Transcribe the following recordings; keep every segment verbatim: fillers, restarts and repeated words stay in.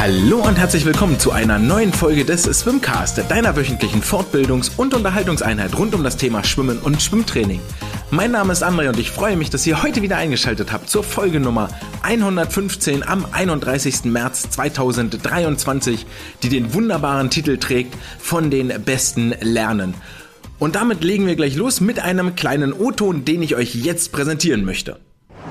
Hallo und herzlich willkommen zu einer neuen Folge des Swimcast, deiner wöchentlichen Fortbildungs- und Unterhaltungseinheit rund um das Thema Schwimmen und Schwimmtraining. Mein Name ist André und ich freue mich, dass ihr heute wieder eingeschaltet habt zur Folge Nummer hundertfünfzehn am einunddreißigsten März zweitausenddreiundzwanzig, die den wunderbaren Titel trägt Von den Besten lernen. Und damit legen wir gleich los mit einem kleinen O-Ton, den ich euch jetzt präsentieren möchte.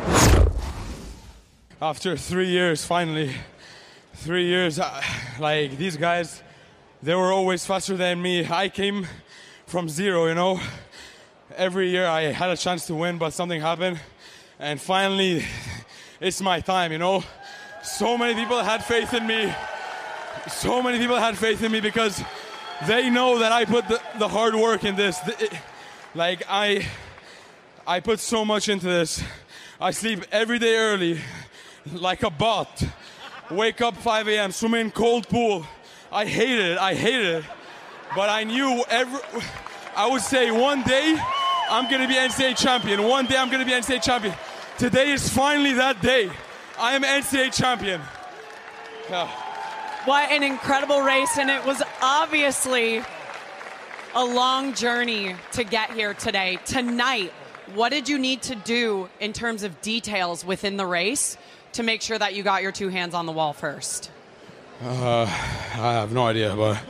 After three years, finally, three years, like these guys, they were always faster than me. I came from zero, you know. Every year I had a chance to win, but something happened. And finally, it's my time, you know. So many people had faith in me. So many people had faith in me because they know that I put the, the hard work in this. It, like, I, I put so much into this. I sleep every day early. Like a bot. Wake up five a.m., swim in cold pool. I hated it, I hated it. But I knew every, I would say one day I'm going to be N C A A champion. One day I'm going to be N C A A champion. Today is finally that day. I am N C A A champion. Yeah. What an incredible race, and it was obviously a long journey to get here today. Tonight, what did you need to do in terms of details within the race to make sure that you got your two hands on the wall first? Uh, I have no idea, but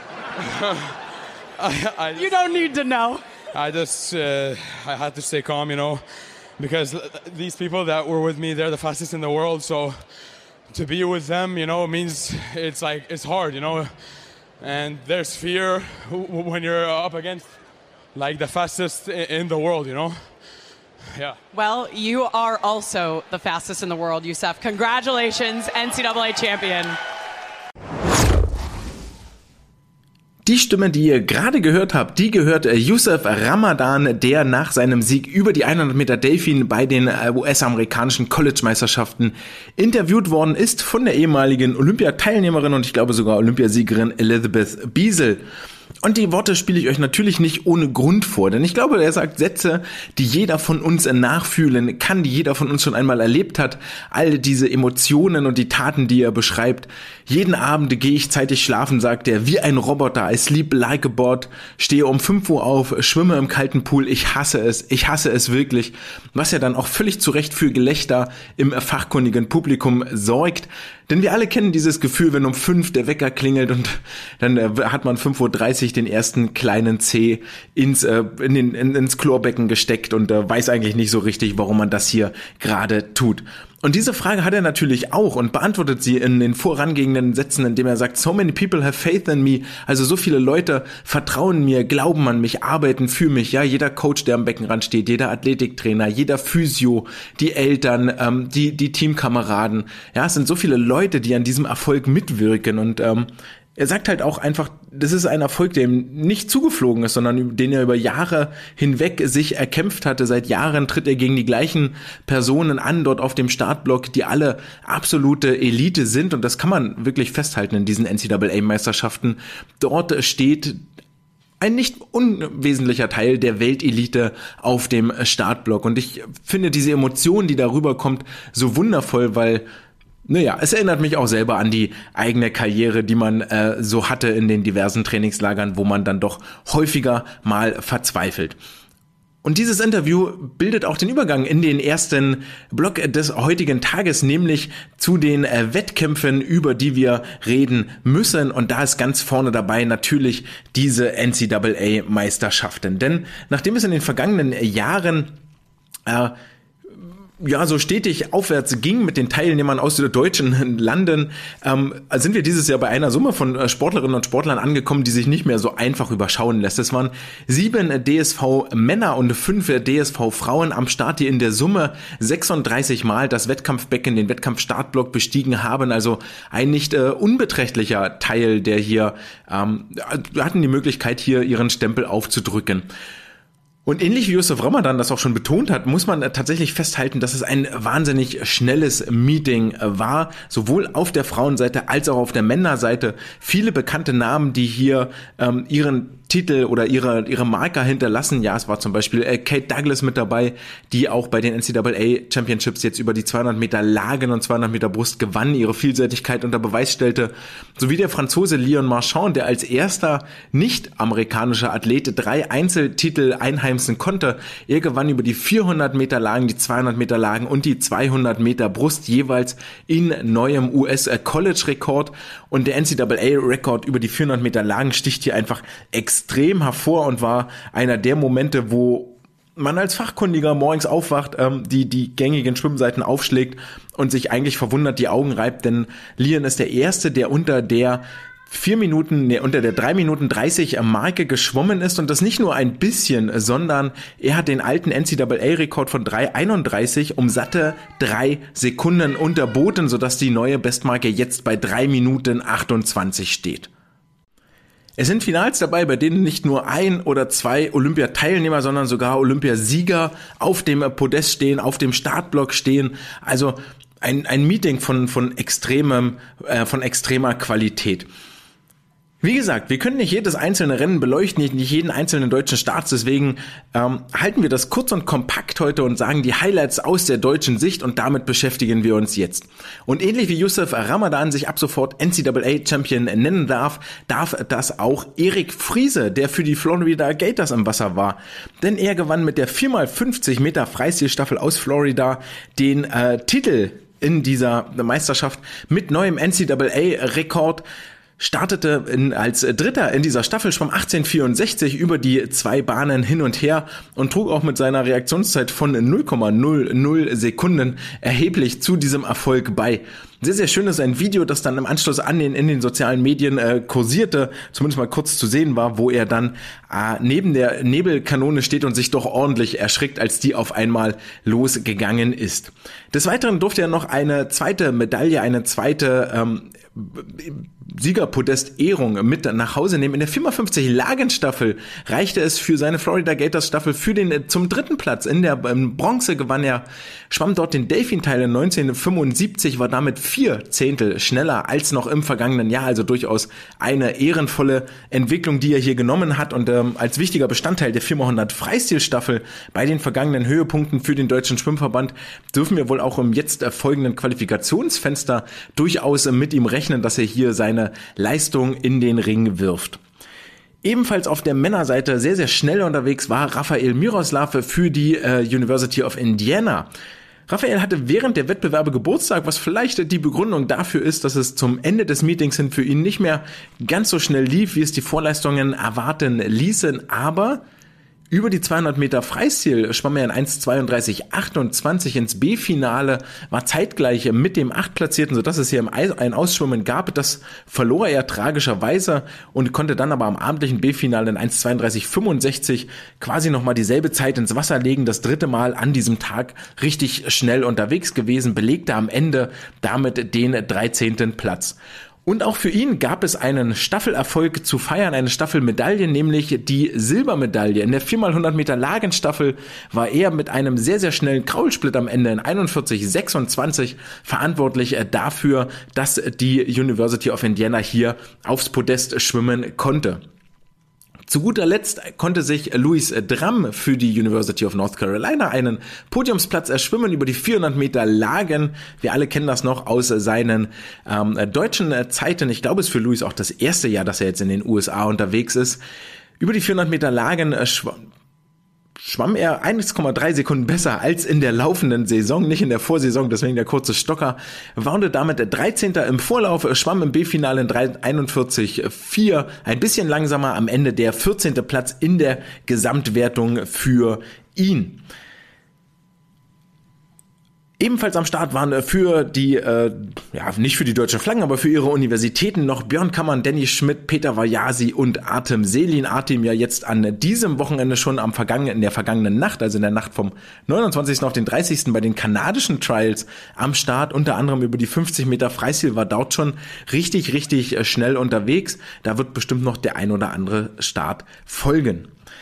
I, I just, you don't need to know. I just uh, I had to stay calm, you know, because these people that were with me, they're the fastest in the world. So to be with them, you know, means it's like it's hard, you know, and there's fear when you're up against like the fastest in the world, you know. Yeah. Well, you are also the fastest in the world, Youssef. Congratulations, N C A A champion. Die Stimme, die ihr gerade gehört habt, die gehört Youssef Ramadan, der nach seinem Sieg über die hundert Meter Delfin bei den U S-amerikanischen College-Meisterschaften interviewt worden ist von der ehemaligen Olympiateilnehmerin und ich glaube sogar Olympiasiegerin Elizabeth Biesel. Und die Worte spiele ich euch natürlich nicht ohne Grund vor, denn ich glaube, er sagt Sätze, die jeder von uns nachfühlen kann, die jeder von uns schon einmal erlebt hat. All diese Emotionen und die Taten, die er beschreibt. Jeden Abend gehe ich zeitig schlafen, sagt er, wie ein Roboter. I sleep like a bot. Stehe um fünf Uhr auf, schwimme im kalten Pool. Ich hasse es. Ich hasse es wirklich. Was ja dann auch völlig zu Recht für Gelächter im fachkundigen Publikum sorgt. Denn wir alle kennen dieses Gefühl, wenn um fünf der Wecker klingelt und dann äh, hat man fünf Uhr dreißig den ersten kleinen Zeh ins, äh, in den, in, ins Chlorbecken gesteckt und äh, weiß eigentlich nicht so richtig, warum man das hier gerade tut. Und diese Frage hat er natürlich auch und beantwortet sie in den vorangehenden Sätzen, indem er sagt, so many people have faith in me, also so viele Leute vertrauen mir, glauben an mich, arbeiten für mich, ja, jeder Coach, der am Beckenrand steht, jeder Athletiktrainer, jeder Physio, die Eltern, ähm, die, die Teamkameraden, ja, es sind so viele Leute, die an diesem Erfolg mitwirken und ähm, er sagt halt auch einfach, das ist ein Erfolg, der ihm nicht zugeflogen ist, sondern den er über Jahre hinweg sich erkämpft hatte. Seit Jahren tritt er gegen die gleichen Personen an, dort auf dem Startblock, die alle absolute Elite sind. Und das kann man wirklich festhalten in diesen N C A A-Meisterschaften. Dort steht ein nicht unwesentlicher Teil der Weltelite auf dem Startblock. Und ich finde diese Emotion, die darüber kommt, so wundervoll, weil naja, es erinnert mich auch selber an die eigene Karriere, die man äh, so hatte in den diversen Trainingslagern, wo man dann doch häufiger mal verzweifelt. Und dieses Interview bildet auch den Übergang in den ersten Block des heutigen Tages, nämlich zu den äh, Wettkämpfen, über die wir reden müssen. Und da ist ganz vorne dabei natürlich diese N C A A-Meisterschaften. Denn nachdem es in den vergangenen Jahren äh, ja, so stetig aufwärts ging mit den Teilnehmern aus den deutschen Landen, ähm, sind wir dieses Jahr bei einer Summe von Sportlerinnen und Sportlern angekommen, die sich nicht mehr so einfach überschauen lässt. Es waren sieben D S V-Männer und fünf D S V-Frauen am Start, die in der Summe sechsunddreißig Mal das Wettkampfbecken, den Wettkampfstartblock bestiegen haben. Also ein nicht äh, unbeträchtlicher Teil, der hier ähm, hatten die Möglichkeit, hier ihren Stempel aufzudrücken. Und ähnlich wie Yusuf Ramadan das auch schon betont hat, muss man tatsächlich festhalten, dass es ein wahnsinnig schnelles Meeting war, sowohl auf der Frauenseite als auch auf der Männerseite. Viele bekannte Namen, die hier ähm, ihren Titel oder ihre ihre Marker hinterlassen. Ja, es war zum Beispiel äh, Kate Douglas mit dabei, die auch bei den N C A A Championships jetzt über die zweihundert Meter Lagen und zweihundert Meter Brust gewann, ihre Vielseitigkeit unter Beweis stellte. Sowie der Franzose Leon Marchand, der als erster nicht-amerikanischer Athlet drei Einzeltitel einheimsen konnte. Er gewann über die vierhundert Meter Lagen, die zweihundert Meter Lagen und die zweihundert Meter Brust jeweils in neuem U S-College-Rekord. Und der N C A A-Rekord über die vierhundert Meter Lagen sticht hier einfach extrem extrem hervor und war einer der Momente, wo man als Fachkundiger morgens aufwacht, ähm, die die gängigen Schwimmseiten aufschlägt und sich eigentlich verwundert die Augen reibt, denn Leon ist der Erste, der unter der vier Minuten, ne, unter der drei Minuten dreißig Marke geschwommen ist und das nicht nur ein bisschen, sondern er hat den alten N C A A-Rekord von drei einunddreißig um satte drei Sekunden unterboten, sodass die neue Bestmarke jetzt bei drei Minuten achtundzwanzig steht. Es sind Finals dabei, bei denen nicht nur ein oder zwei Olympiateilnehmer, sondern sogar Olympiasieger auf dem Podest stehen, auf dem Startblock stehen. Also ein, ein Meeting von, von extremem, äh, von extremer Qualität. Wie gesagt, wir können nicht jedes einzelne Rennen beleuchten, nicht, nicht jeden einzelnen deutschen Starts, deswegen ähm, halten wir das kurz und kompakt heute und sagen die Highlights aus der deutschen Sicht und damit beschäftigen wir uns jetzt. Und ähnlich wie Yusuf Ramadan sich ab sofort N C A A-Champion nennen darf, darf das auch Erik Friese, der für die Florida Gators im Wasser war. Denn er gewann mit der vier mal fünfzig Meter Freistilstaffel aus Florida den äh, Titel in dieser Meisterschaft mit neuem N C A A-Rekord. Startete in, als Dritter in dieser Staffel, schwamm achtzehn vierundsechzig über die zwei Bahnen hin und her und trug auch mit seiner Reaktionszeit von null Komma null null Sekunden erheblich zu diesem Erfolg bei. Sehr, sehr schön ist ein Video, das dann im Anschluss an den in den sozialen Medien äh, kursierte, zumindest mal kurz zu sehen war, wo er dann äh, neben der Nebelkanone steht und sich doch ordentlich erschrickt, als die auf einmal losgegangen ist. Des Weiteren durfte er noch eine zweite Medaille, eine zweite ähm, Siegerpodest-Ehrung mit nach Hause nehmen. In der vier mal fünfzig Lagenstaffel reichte es für seine Florida Gators Staffel für den zum dritten Platz. In der ähm, Bronze gewann er, schwamm dort den Delfin-Teil in neunzehn fünfundsiebzig, war damit vier Zehntel schneller als noch im vergangenen Jahr. Also durchaus eine ehrenvolle Entwicklung, die er hier genommen hat und ähm, als wichtiger Bestandteil der vier mal hundert Freistilstaffel bei den vergangenen Höhepunkten für den Deutschen Schwimmverband dürfen wir wohl auch im jetzt folgenden Qualifikationsfenster durchaus mit ihm rechnen, dass er hier seine Leistung in den Ring wirft. Ebenfalls auf der Männerseite sehr, sehr schnell unterwegs war Rafael Miroslav für die äh, University of Indiana. Rafael hatte während der Wettbewerbe Geburtstag, was vielleicht die Begründung dafür ist, dass es zum Ende des Meetings hin für ihn nicht mehr ganz so schnell lief, wie es die Vorleistungen erwarten ließen, aber über die zweihundert Meter Freistil schwamm er in eins zweiunddreißig achtundzwanzig ins B-Finale, war zeitgleich mit dem Achtplatzierten, sodass es hier ein Ausschwimmen gab. Das verlor er tragischerweise und konnte dann aber am abendlichen B-Finale in eins zweiunddreißig fünfundsechzig quasi nochmal dieselbe Zeit ins Wasser legen. Das dritte Mal an diesem Tag richtig schnell unterwegs gewesen, belegte am Ende damit den dreizehnten Platz. Und auch für ihn gab es einen Staffelerfolg zu feiern, eine Staffelmedaille, nämlich die Silbermedaille. In der vier mal hundert Meter Lagenstaffel war er mit einem sehr, sehr schnellen Kraulsplit am Ende in einundvierzig sechsundzwanzig verantwortlich dafür, dass die University of Indiana hier aufs Podest schwimmen konnte. Zu guter Letzt konnte sich Louis Dramm für die University of North Carolina einen Podiumsplatz erschwimmen über die vierhundert Meter Lagen. Wir alle kennen das noch aus seinen ähm, deutschen Zeiten. Ich glaube, es ist für Louis auch das erste Jahr, dass er jetzt in den U S A unterwegs ist. Über die vierhundert Meter Lagen äh, schwamm schwamm er eins Komma drei Sekunden besser als in der laufenden Saison, nicht in der Vorsaison, deswegen der kurze Stocker, war damit dreizehnter im Vorlauf, schwamm im B-Finale in einundvierzig vier, ein bisschen langsamer, am Ende der vierzehnte Platz in der Gesamtwertung für ihn. Ebenfalls am Start waren für die, äh, ja nicht für die deutschen Flaggen, aber für ihre Universitäten noch Björn Kammern, Danny Schmidt, Peter Vajasi und Artem Selin. Artem ja jetzt an diesem Wochenende schon am vergangenen, in der vergangenen Nacht, also in der Nacht vom neunundzwanzigsten auf den dreißigsten bei den kanadischen Trials am Start, unter anderem über die fünfzig Meter Freistil, war dort schon richtig, richtig schnell unterwegs. Da wird bestimmt noch der ein oder andere Start folgen.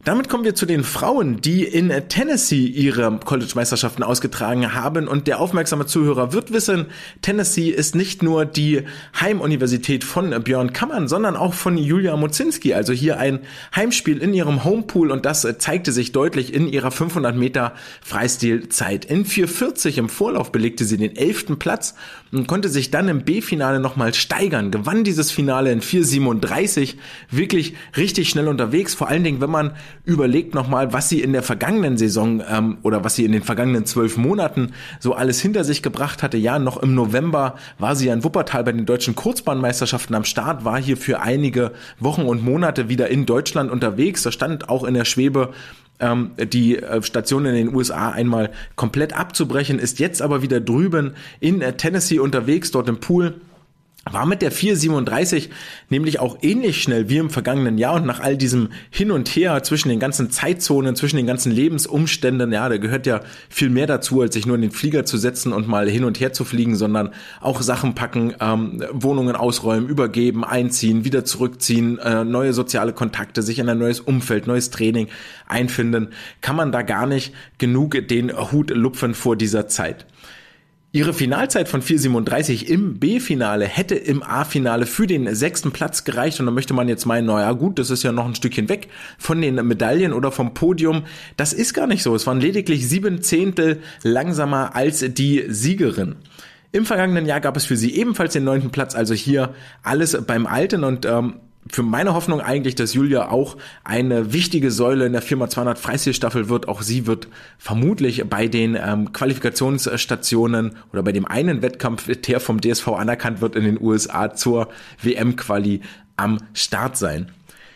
Damit kommen wir zu den Frauen, die in Tennessee ihre College-Meisterschaften ausgetragen haben, und der aufmerksame Zuhörer wird wissen, Tennessee ist nicht nur die Heimuniversität von Björn Kammann, sondern auch von Julia Mozinski, also hier ein Heimspiel in ihrem Homepool, und das zeigte sich deutlich in ihrer fünfhundert Meter Freistilzeit. In vier vierzig im Vorlauf belegte sie den elften Platz und konnte sich dann im B-Finale nochmal steigern, gewann dieses Finale in vier siebenunddreißig, wirklich richtig schnell unterwegs, vor allen Dingen, wenn man überlegt nochmal, was sie in der vergangenen Saison ähm, oder was sie in den vergangenen zwölf Monaten so alles hinter sich gebracht hatte. Ja, noch im November war sie ja in Wuppertal bei den deutschen Kurzbahnmeisterschaften am Start, war hier für einige Wochen und Monate wieder in Deutschland unterwegs. Da stand auch in der Schwebe, ähm, die äh, Station in den U S A einmal komplett abzubrechen, ist jetzt aber wieder drüben in äh, Tennessee unterwegs, dort im Pool. War mit der vier siebenunddreißig nämlich auch ähnlich schnell wie im vergangenen Jahr, und nach all diesem Hin und Her zwischen den ganzen Zeitzonen, zwischen den ganzen Lebensumständen, ja, da gehört ja viel mehr dazu, als sich nur in den Flieger zu setzen und mal hin und her zu fliegen, sondern auch Sachen packen, ähm, Wohnungen ausräumen, übergeben, einziehen, wieder zurückziehen, äh, neue soziale Kontakte, sich in ein neues Umfeld, neues Training einfinden, kann man da gar nicht genug den Hut lupfen vor dieser Zeit. Ihre Finalzeit von vier siebenunddreißig im B-Finale hätte im A-Finale für den sechsten Platz gereicht, und da möchte man jetzt meinen, naja gut, das ist ja noch ein Stückchen weg von den Medaillen oder vom Podium. Das ist gar nicht so. Es waren lediglich sieben Zehntel langsamer als die Siegerin. Im vergangenen Jahr gab es für sie ebenfalls den neunten Platz, also hier alles beim Alten, und ähm, für meine Hoffnung eigentlich, dass Julia auch eine wichtige Säule in der vier mal zweihundert Freistilstaffel wird. Auch sie wird vermutlich bei den ähm, Qualifikationsstationen oder bei dem einen Wettkampf, der vom D S V anerkannt wird in den U S A, zur W M-Quali am Start sein.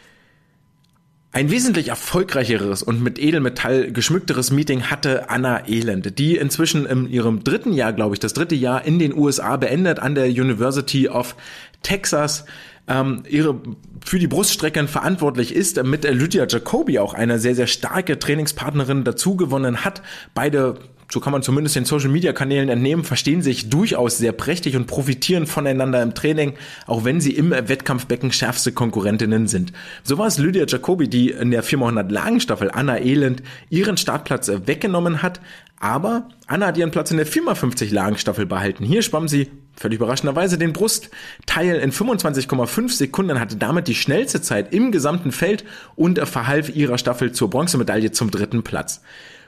Ein wesentlich erfolgreicheres und mit Edelmetall geschmückteres Meeting hatte Anna Elend, die inzwischen in ihrem dritten Jahr, glaube ich, das dritte Jahr in den U S A beendet, an der University of Texas, ähm, ihre für die Bruststrecken verantwortlich ist, mit Lydia Jacobi auch eine sehr, sehr starke Trainingspartnerin dazu gewonnen hat. Beide, so kann man zumindest den Social-Media-Kanälen entnehmen, verstehen sich durchaus sehr prächtig und profitieren voneinander im Training, auch wenn sie im Wettkampfbecken schärfste Konkurrentinnen sind. So war es Lydia Jacobi, die in der vier mal hundert Lagenstaffel Anna Elend ihren Startplatz weggenommen hat, aber Anna hat ihren Platz in der vier mal fünfzig Lagenstaffel behalten. Hier schwamm sie völlig überraschenderweise den Brustteil in fünfundzwanzig Komma fünf Sekunden, hatte damit die schnellste Zeit im gesamten Feld und verhalf ihrer Staffel zur Bronzemedaille zum dritten Platz.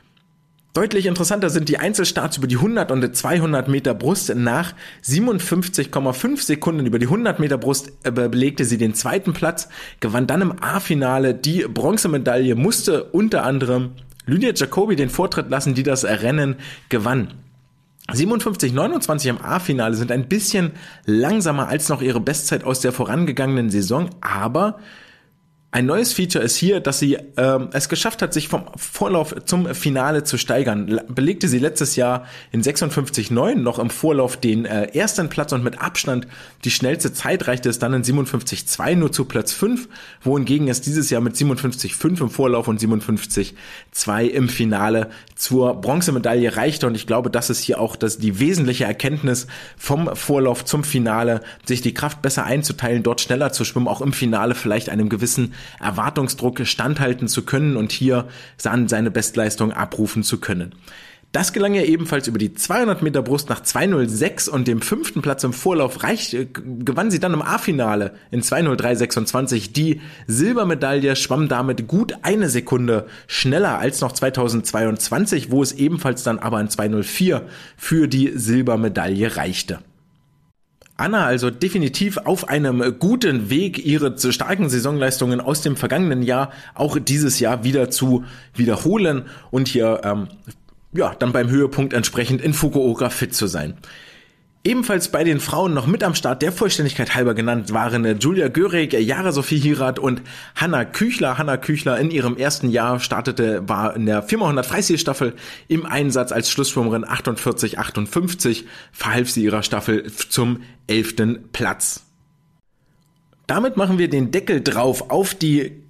Deutlich interessanter sind die Einzelstarts über die hundert und zweihundert Meter Brust. Nach siebenundfünfzig Komma fünf Sekunden über die hundert Meter Brust belegte sie den zweiten Platz, gewann dann im A-Finale die Bronzemedaille, musste unter anderem Lydia Jacobi den Vortritt lassen, die das Rennen gewann. siebenundfünfzig Komma neunundzwanzig im A-Finale sind ein bisschen langsamer als noch ihre Bestzeit aus der vorangegangenen Saison, aber ein neues Feature ist hier, dass sie äh, es geschafft hat, sich vom Vorlauf zum Finale zu steigern. Belegte sie letztes Jahr in sechsundfünfzig Komma neun noch im Vorlauf den äh, ersten Platz, und mit Abstand die schnellste Zeit reichte es dann in siebenundfünfzig Komma zwei nur zu Platz fünf, wohingegen es dieses Jahr mit siebenundfünfzig Komma fünf im Vorlauf und siebenundfünfzig Komma zwei im Finale zur Bronzemedaille reichte. Und ich glaube, das ist hier auch das, die wesentliche Erkenntnis vom Vorlauf zum Finale, sich die Kraft besser einzuteilen, dort schneller zu schwimmen, auch im Finale vielleicht einem gewissen Erwartungsdruck standhalten zu können und hier seine Bestleistung abrufen zu können. Das gelang ihr ebenfalls über die zweihundert Meter Brust nach zwei null sechs und dem fünften Platz im Vorlauf. Reich, gewann sie dann im A-Finale in zwei null drei sechsundzwanzig die Silbermedaille, schwamm damit gut eine Sekunde schneller als noch zweitausendzweiundzwanzig, wo es ebenfalls dann aber in zwei null vier für die Silbermedaille reichte. Anna also definitiv auf einem guten Weg, ihre starken Saisonleistungen aus dem vergangenen Jahr auch dieses Jahr wieder zu wiederholen und hier ähm, ja dann beim Höhepunkt entsprechend in Fukuoka fit zu sein. Ebenfalls bei den Frauen noch mit am Start, der Vollständigkeit halber genannt, waren Julia Görig, Jara Sophie Hirat und Hanna Küchler. Hanna Küchler in ihrem ersten Jahr startete, war in der vier mal hundert Freistilstaffel im Einsatz als Schlussschwimmerin achtundvierzig Komma achtundfünfzig, verhalf sie ihrer Staffel zum elften Platz. Damit machen wir den Deckel drauf auf die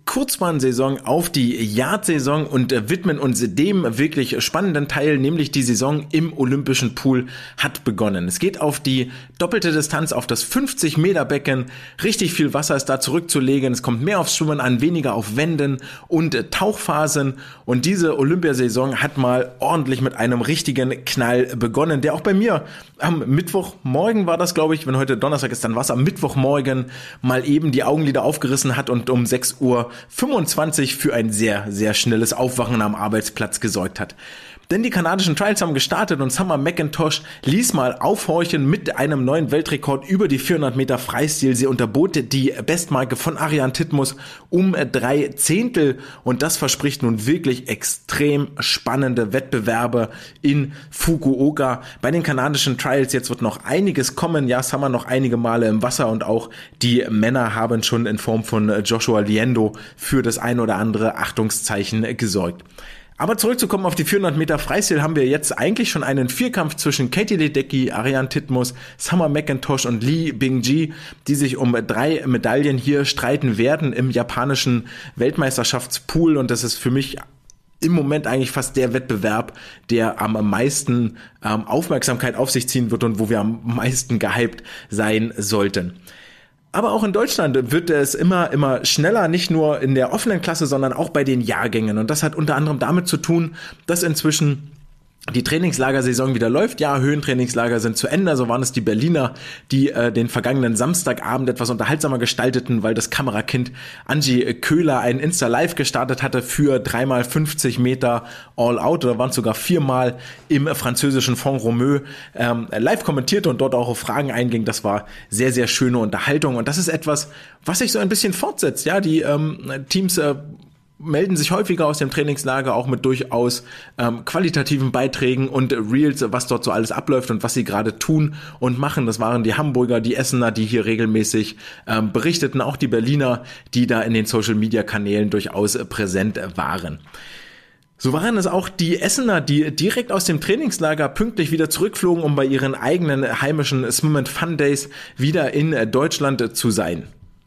Kurzbahnsaison auf die Yard-Saison und widmen uns dem wirklich spannenden Teil, nämlich die Saison im Olympischen Pool hat begonnen. Es geht auf die doppelte Distanz, auf das fünfzig Meter Becken. Richtig viel Wasser ist da zurückzulegen. Es kommt mehr aufs Schwimmen an, weniger auf Wänden und Tauchphasen. Und diese Olympiasaison hat mal ordentlich mit einem richtigen Knall begonnen, der auch bei mir am Mittwochmorgen war das, glaube ich, wenn heute Donnerstag ist, dann war es am Mittwochmorgen mal eben die Augenlider aufgerissen hat und um sechs Uhr fünfundzwanzig für ein sehr, sehr schnelles Aufwachen am Arbeitsplatz gesorgt hat. Denn die kanadischen Trials haben gestartet und Summer McIntosh ließ mal aufhorchen mit einem neuen Weltrekord über die vierhundert Meter Freistil. Sie unterbot die Bestmarke von Ariarne Titmus um drei Zehntel und das verspricht nun wirklich extrem spannende Wettbewerbe in Fukuoka. Bei den kanadischen Trials jetzt wird noch einiges kommen. Ja, Summer noch einige Male im Wasser und auch die Männer haben schon in Form von Joshua Liendo für das ein oder andere Achtungszeichen gesorgt. Aber zurückzukommen auf die vierhundert Meter Freistil haben wir jetzt eigentlich schon einen Vierkampf zwischen Katie Ledecky, Ariarne Titmus, Summer McIntosh und Lee Bing-ji, die sich um drei Medaillen hier streiten werden im japanischen Weltmeisterschaftspool. Und das ist für mich im Moment eigentlich fast der Wettbewerb, der am meisten ähm, Aufmerksamkeit auf sich ziehen wird und wo wir am meisten gehypt sein sollten. Aber auch in Deutschland wird es immer, immer schneller, nicht nur in der offenen Klasse, sondern auch bei den Jahrgängen. Und das hat unter anderem damit zu tun, dass inzwischen die Trainingslagersaison wieder läuft. Ja, Höhentrainingslager sind zu Ende. So waren es die Berliner, die äh, den vergangenen Samstagabend etwas unterhaltsamer gestalteten, weil das Kamerakind Angie Köhler ein Insta-Live gestartet hatte für dreimal fünfzig Meter All-Out. Oder waren es sogar viermal im französischen Font-Romeu ähm, live kommentierte und dort auch auf Fragen einging. Das war sehr, sehr schöne Unterhaltung. Und das ist etwas, was sich so ein bisschen fortsetzt. Ja, die ähm, Teams äh, melden sich häufiger aus dem Trainingslager, auch mit durchaus ähm, qualitativen Beiträgen und Reels, was dort so alles abläuft und was sie gerade tun und machen. Das waren die Hamburger, die Essener, die hier regelmäßig ähm, berichteten, auch die Berliner, die da in den Social-Media-Kanälen durchaus äh, präsent äh, waren. So waren es auch die Essener, die direkt aus dem Trainingslager pünktlich wieder zurückflogen, um bei ihren eigenen heimischen Swim and Fun Days wieder in äh, Deutschland äh, zu sein.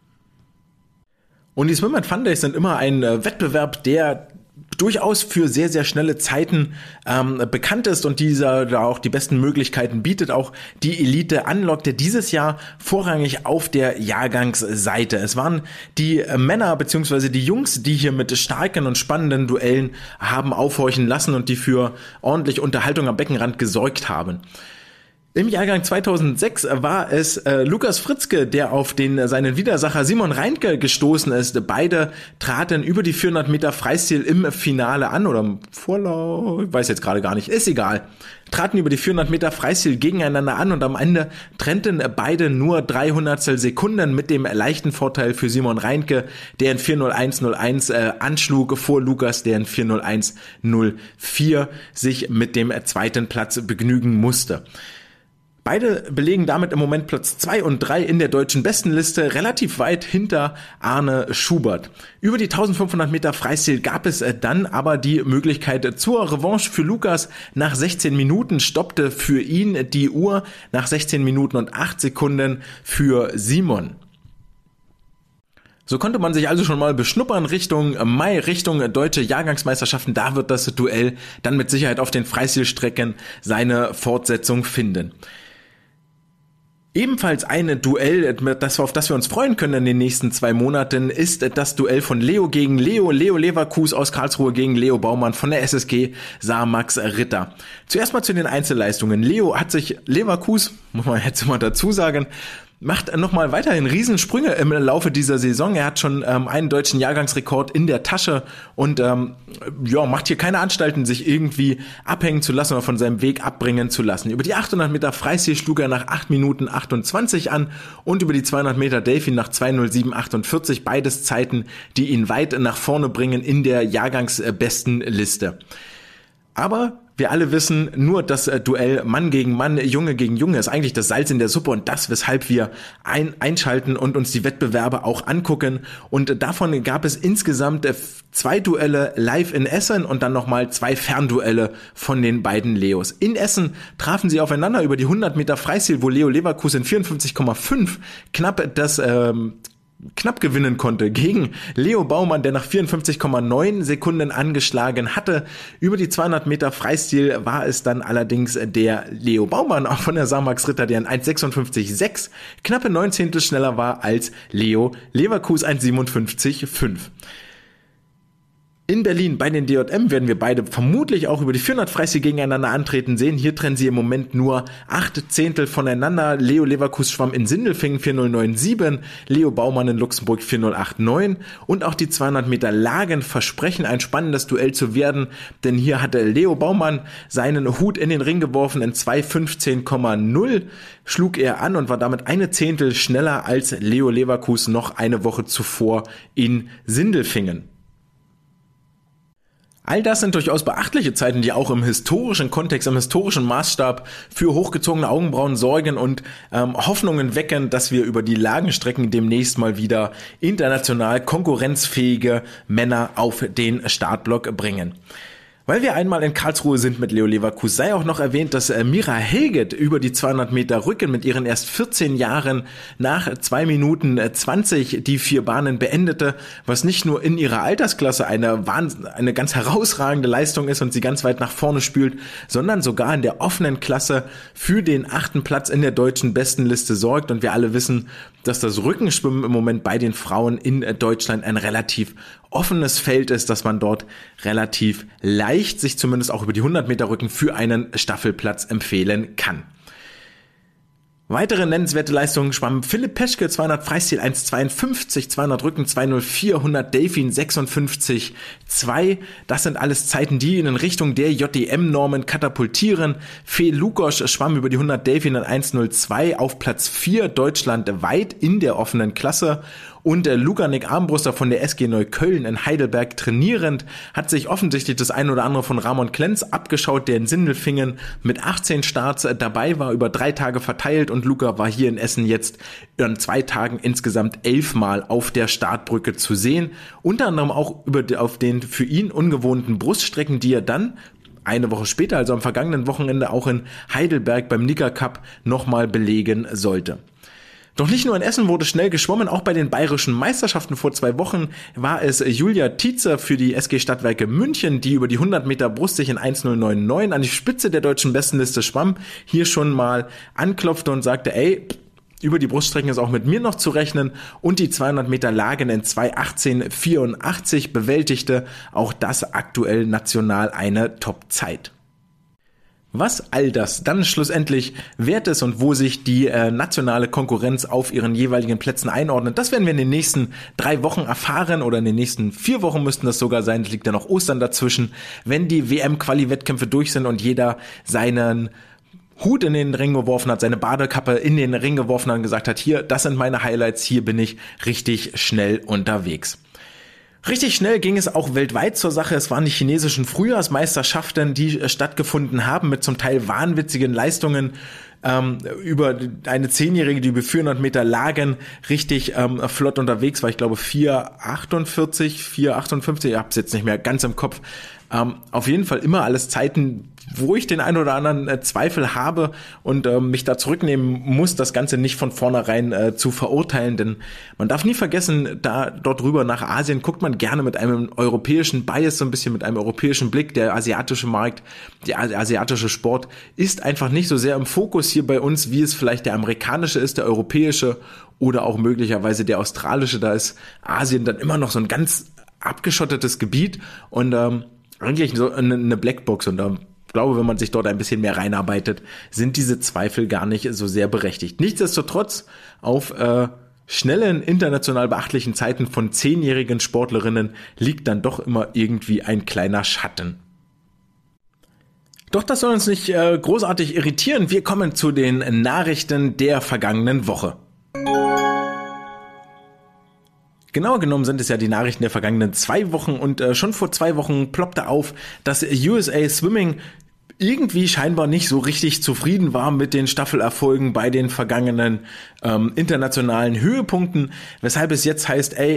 Und die Swim and Fun Days sind immer ein äh, Wettbewerb, der durchaus für sehr, sehr schnelle Zeiten ähm, bekannt ist und dieser da auch die besten Möglichkeiten bietet, auch die Elite anlockte dieses Jahr vorrangig auf der Jahrgangsseite. Es waren die äh, Männer bzw. die Jungs, die hier mit starken und spannenden Duellen haben aufhorchen lassen und die für ordentlich Unterhaltung am Beckenrand gesorgt haben. Im Jahrgang zweitausendsechs war es äh, Lukas Fritzke, der auf den äh, seinen Widersacher Simon Reinke gestoßen ist. Beide traten über die vierhundert Meter Freistil im Finale an oder im Vorlauf, weiß jetzt gerade gar nicht, ist egal. Traten über die vierhundert Meter Freistil gegeneinander an und am Ende trennten beide nur drei Hundertstel Sekunden mit dem leichten Vorteil für Simon Reinke, der in vier null eins null eins äh, anschlug, vor Lukas, der in vier null eins null vier sich mit dem zweiten Platz begnügen musste. Beide belegen damit im Moment Platz zwei und drei in der deutschen Bestenliste, relativ weit hinter Arne Schubert. Über die eintausendfünfhundert Meter Freistil gab es dann aber die Möglichkeit zur Revanche für Lukas. Nach sechzehn Minuten stoppte für ihn die Uhr, nach sechzehn Minuten und acht Sekunden für Simon. So konnte man sich also schon mal beschnuppern Richtung Mai, Richtung deutsche Jahrgangsmeisterschaften. Da wird das Duell dann mit Sicherheit auf den Freistilstrecken seine Fortsetzung finden. Ebenfalls ein Duell, das, auf das wir uns freuen können in den nächsten zwei Monaten, ist das Duell von Leo gegen Leo. Leo Leverkus aus Karlsruhe gegen Leo Baumann von der S S G Saar Max Ritter. Zuerst mal zu den Einzelleistungen. Leo hat sich Leverkus, muss man jetzt mal dazu sagen, macht nochmal weiterhin Riesensprünge im Laufe dieser Saison. Er hat schon ähm, einen deutschen Jahrgangsrekord in der Tasche und ähm, ja, macht hier keine Anstalten, sich irgendwie abhängen zu lassen oder von seinem Weg abbringen zu lassen. Über die achthundert Meter Freistil schlug er nach acht Minuten achtundzwanzig an und über die zweihundert Meter Delfin nach zwei null sieben achtundvierzig. Beides Zeiten, die ihn weit nach vorne bringen in der Jahrgangsbesten Liste. Aber wir alle wissen, nur das äh, Duell Mann gegen Mann, Junge gegen Junge ist eigentlich das Salz in der Suppe und das, weshalb wir ein, einschalten und uns die Wettbewerbe auch angucken. Und äh, davon gab es insgesamt äh, zwei Duelle live in Essen und dann nochmal zwei Fernduelle von den beiden Leos. In Essen trafen sie aufeinander über die hundert Meter Freistil, wo Leo Leverkus in vierundfünfzig Komma fünf knapp das ähm, knapp gewinnen konnte gegen Leo Baumann, der nach vierundfünfzig Komma neun Sekunden angeschlagen hatte. Über die zweihundert Meter Freistil war es dann allerdings der Leo Baumann, auch von der Samax Ritter, der in eins sechsundfünfzig Komma sechs knappe neun Zehntel schneller war als Leo Leverkus eins siebenundfünfzig Komma fünf. In Berlin bei den D J M werden wir beide vermutlich auch über die vierhundert Freistil gegeneinander antreten sehen. Hier trennen sie im Moment nur acht Zehntel voneinander. Leo Leverkus schwamm in Sindelfingen vier null neun sieben, Leo Baumann in Luxemburg vier null acht neun und auch die zweihundert Meter Lagen versprechen ein spannendes Duell zu werden, denn hier hatte Leo Baumann seinen Hut in den Ring geworfen. In zwei fünfzehn Komma null schlug er an und war damit eine Zehntel schneller als Leo Leverkus noch eine Woche zuvor in Sindelfingen. All das sind durchaus beachtliche Zeiten, die auch im historischen Kontext, im historischen Maßstab für hochgezogene Augenbrauen sorgen und ähm, Hoffnungen wecken, dass wir über die Lagenstrecken demnächst mal wieder international konkurrenzfähige Männer auf den Startblock bringen. Weil wir einmal in Karlsruhe sind mit Leo Leverkus, sei auch noch erwähnt, dass äh, Mira Helget über die zweihundert Meter Rücken mit ihren erst vierzehn Jahren nach zwei Minuten zwanzig die vier Bahnen beendete, was nicht nur in ihrer Altersklasse eine, Wahnsinn, eine ganz herausragende Leistung ist und sie ganz weit nach vorne spült, sondern sogar in der offenen Klasse für den achten Platz in der deutschen Bestenliste sorgt. Und wir alle wissen, dass das Rückenschwimmen im Moment bei den Frauen in Deutschland ein relativ offenes Feld ist, dass man dort relativ leicht sich zumindest auch über die hundert Meter Rücken für einen Staffelplatz empfehlen kann. Weitere nennenswerte Leistungen schwamm Philipp Peschke, zweihundert Freistil eins zweiundfünfzig, zweihundert Rücken zwei null vier, hundert Delfin sechsundfünfzig Komma zwei. Das sind alles Zeiten, die in Richtung der J D M-Normen katapultieren. Fee Lukosch schwamm über die hundert Delfin in eins null zwei auf Platz vier deutschlandweit in der offenen Klasse. Und der Lukanik Armbruster von der S G Neukölln in Heidelberg trainierend hat sich offensichtlich das ein oder andere von Ramon Klenz abgeschaut, der in Sindelfingen mit achtzehn Starts dabei war, über drei Tage verteilt, und Luca war hier in Essen jetzt in zwei Tagen insgesamt elfmal auf der Startbrücke zu sehen, unter anderem auch über die, auf den für ihn ungewohnten Bruststrecken, die er dann eine Woche später, also am vergangenen Wochenende, auch in Heidelberg beim Nika Cup nochmal belegen sollte. Doch nicht nur in Essen wurde schnell geschwommen, auch bei den bayerischen Meisterschaften vor zwei Wochen war es Julia Tietzer für die S G Stadtwerke München, die über die hundert Meter Brust sich in eins null neun neun an die Spitze der deutschen Bestenliste schwamm, hier schon mal anklopfte und sagte, ey, über die Bruststrecken ist auch mit mir noch zu rechnen, und die zweihundert Meter Lagen in zwei achtzehn vierundachtzig bewältigte, auch das aktuell national eine Top-Zeit. Was all das dann schlussendlich wert ist und wo sich die äh, nationale Konkurrenz auf ihren jeweiligen Plätzen einordnet, das werden wir in den nächsten drei Wochen erfahren, oder in den nächsten vier Wochen müssten das sogar sein. Es liegt ja noch Ostern dazwischen, wenn die W M-Quali-Wettkämpfe durch sind und jeder seinen Hut in den Ring geworfen hat, seine Badekappe in den Ring geworfen hat und gesagt hat, hier, das sind meine Highlights, hier bin ich richtig schnell unterwegs. Richtig schnell ging es auch weltweit zur Sache. Es waren die chinesischen Frühjahrsmeisterschaften, die stattgefunden haben, mit zum Teil wahnwitzigen Leistungen. Ähm, über eine Zehnjährige, die über vierhundert Meter Lagen richtig ähm, flott unterwegs war. Ich glaube vier achtundvierzig, vier achtundfünfzig, ich hab's jetzt nicht mehr ganz im Kopf. Ähm, auf jeden Fall immer alles Zeiten, wo ich den einen oder anderen äh, Zweifel habe und äh, mich da zurücknehmen muss, das Ganze nicht von vornherein äh, zu verurteilen, denn man darf nie vergessen, da dort rüber nach Asien guckt man gerne mit einem europäischen Bias, so ein bisschen mit einem europäischen Blick. Der asiatische Markt, der asiatische Sport ist einfach nicht so sehr im Fokus hier bei uns, wie es vielleicht der amerikanische ist, der europäische oder auch möglicherweise der australische. Da ist Asien dann immer noch so ein ganz abgeschottetes Gebiet und ähm, eigentlich so eine, eine Blackbox, und da ich glaube, wenn man sich dort ein bisschen mehr reinarbeitet, sind diese Zweifel gar nicht so sehr berechtigt. Nichtsdestotrotz, auf äh, schnellen, international beachtlichen Zeiten von zehnjährigen Sportlerinnen liegt dann doch immer irgendwie ein kleiner Schatten. Doch das soll uns nicht äh, großartig irritieren. Wir kommen zu den Nachrichten der vergangenen Woche. Genauer genommen sind es ja die Nachrichten der vergangenen zwei Wochen, und äh, schon vor zwei Wochen ploppte auf, dass U S A Swimming irgendwie scheinbar nicht so richtig zufrieden war mit den Staffelerfolgen bei den vergangenen ähm, internationalen Höhepunkten, weshalb es jetzt heißt, ey,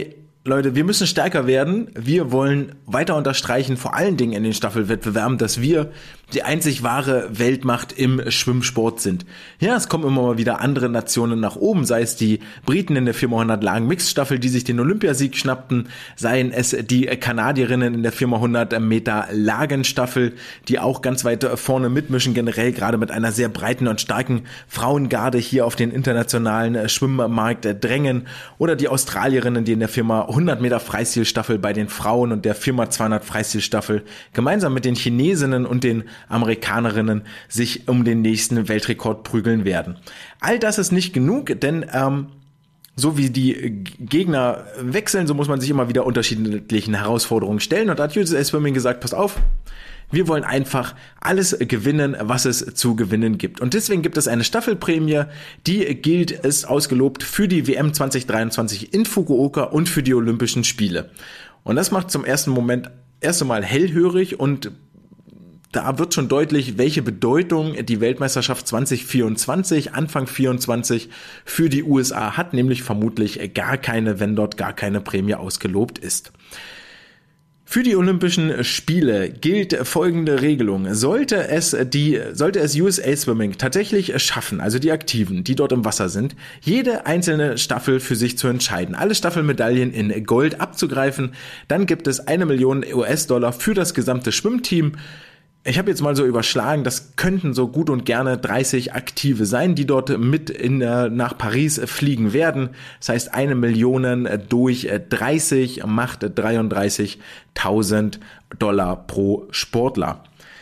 Leute, wir müssen stärker werden. Wir wollen weiter unterstreichen, vor allen Dingen in den Staffelwettbewerben, dass wir die einzig wahre Weltmacht im Schwimmsport sind. Ja, es kommen immer mal wieder andere Nationen nach oben, sei es die Briten in der viermal hundert Lagen Mixed-Staffel, die sich den Olympiasieg schnappten, seien es die Kanadierinnen in der viermal hundert Meter Lagenstaffel, die auch ganz weit vorne mitmischen, generell gerade mit einer sehr breiten und starken Frauengarde hier auf den internationalen Schwimmmarkt drängen, oder die Australierinnen, die in der viermal hundert Meter Freistilstaffel bei den Frauen und der viermal zweihundert Freistilstaffel gemeinsam mit den Chinesinnen und den Amerikanerinnen sich um den nächsten Weltrekord prügeln werden. All das ist nicht genug, denn ähm, so wie die Gegner wechseln, so muss man sich immer wieder unterschiedlichen Herausforderungen stellen. Und da hat U S A Swimming gesagt, pass auf, wir wollen einfach alles gewinnen, was es zu gewinnen gibt. Und deswegen gibt es eine Staffelprämie, die gilt, ist ausgelobt für die W M zwanzig dreiundzwanzig in Fukuoka und für die Olympischen Spiele. Und das macht zum ersten Moment erst einmal hellhörig, und da wird schon deutlich, welche Bedeutung die Weltmeisterschaft zwanzig vierundzwanzig, Anfang vierundzwanzig für die U S A hat, nämlich vermutlich gar keine, wenn dort gar keine Prämie ausgelobt ist. Für die Olympischen Spiele gilt folgende Regelung. Sollte es die, sollte es U S A Swimming tatsächlich schaffen, also die Aktiven, die dort im Wasser sind, jede einzelne Staffel für sich zu entscheiden, alle Staffelmedaillen in Gold abzugreifen, dann gibt es eine Million U S-Dollar für das gesamte Schwimmteam. Ich habe jetzt mal so überschlagen, das könnten so gut und gerne dreißig Aktive sein, die dort mit in, äh, nach Paris fliegen werden. Das heißt, eine Million durch dreißig macht dreiunddreißigtausend Dollar pro Sportler.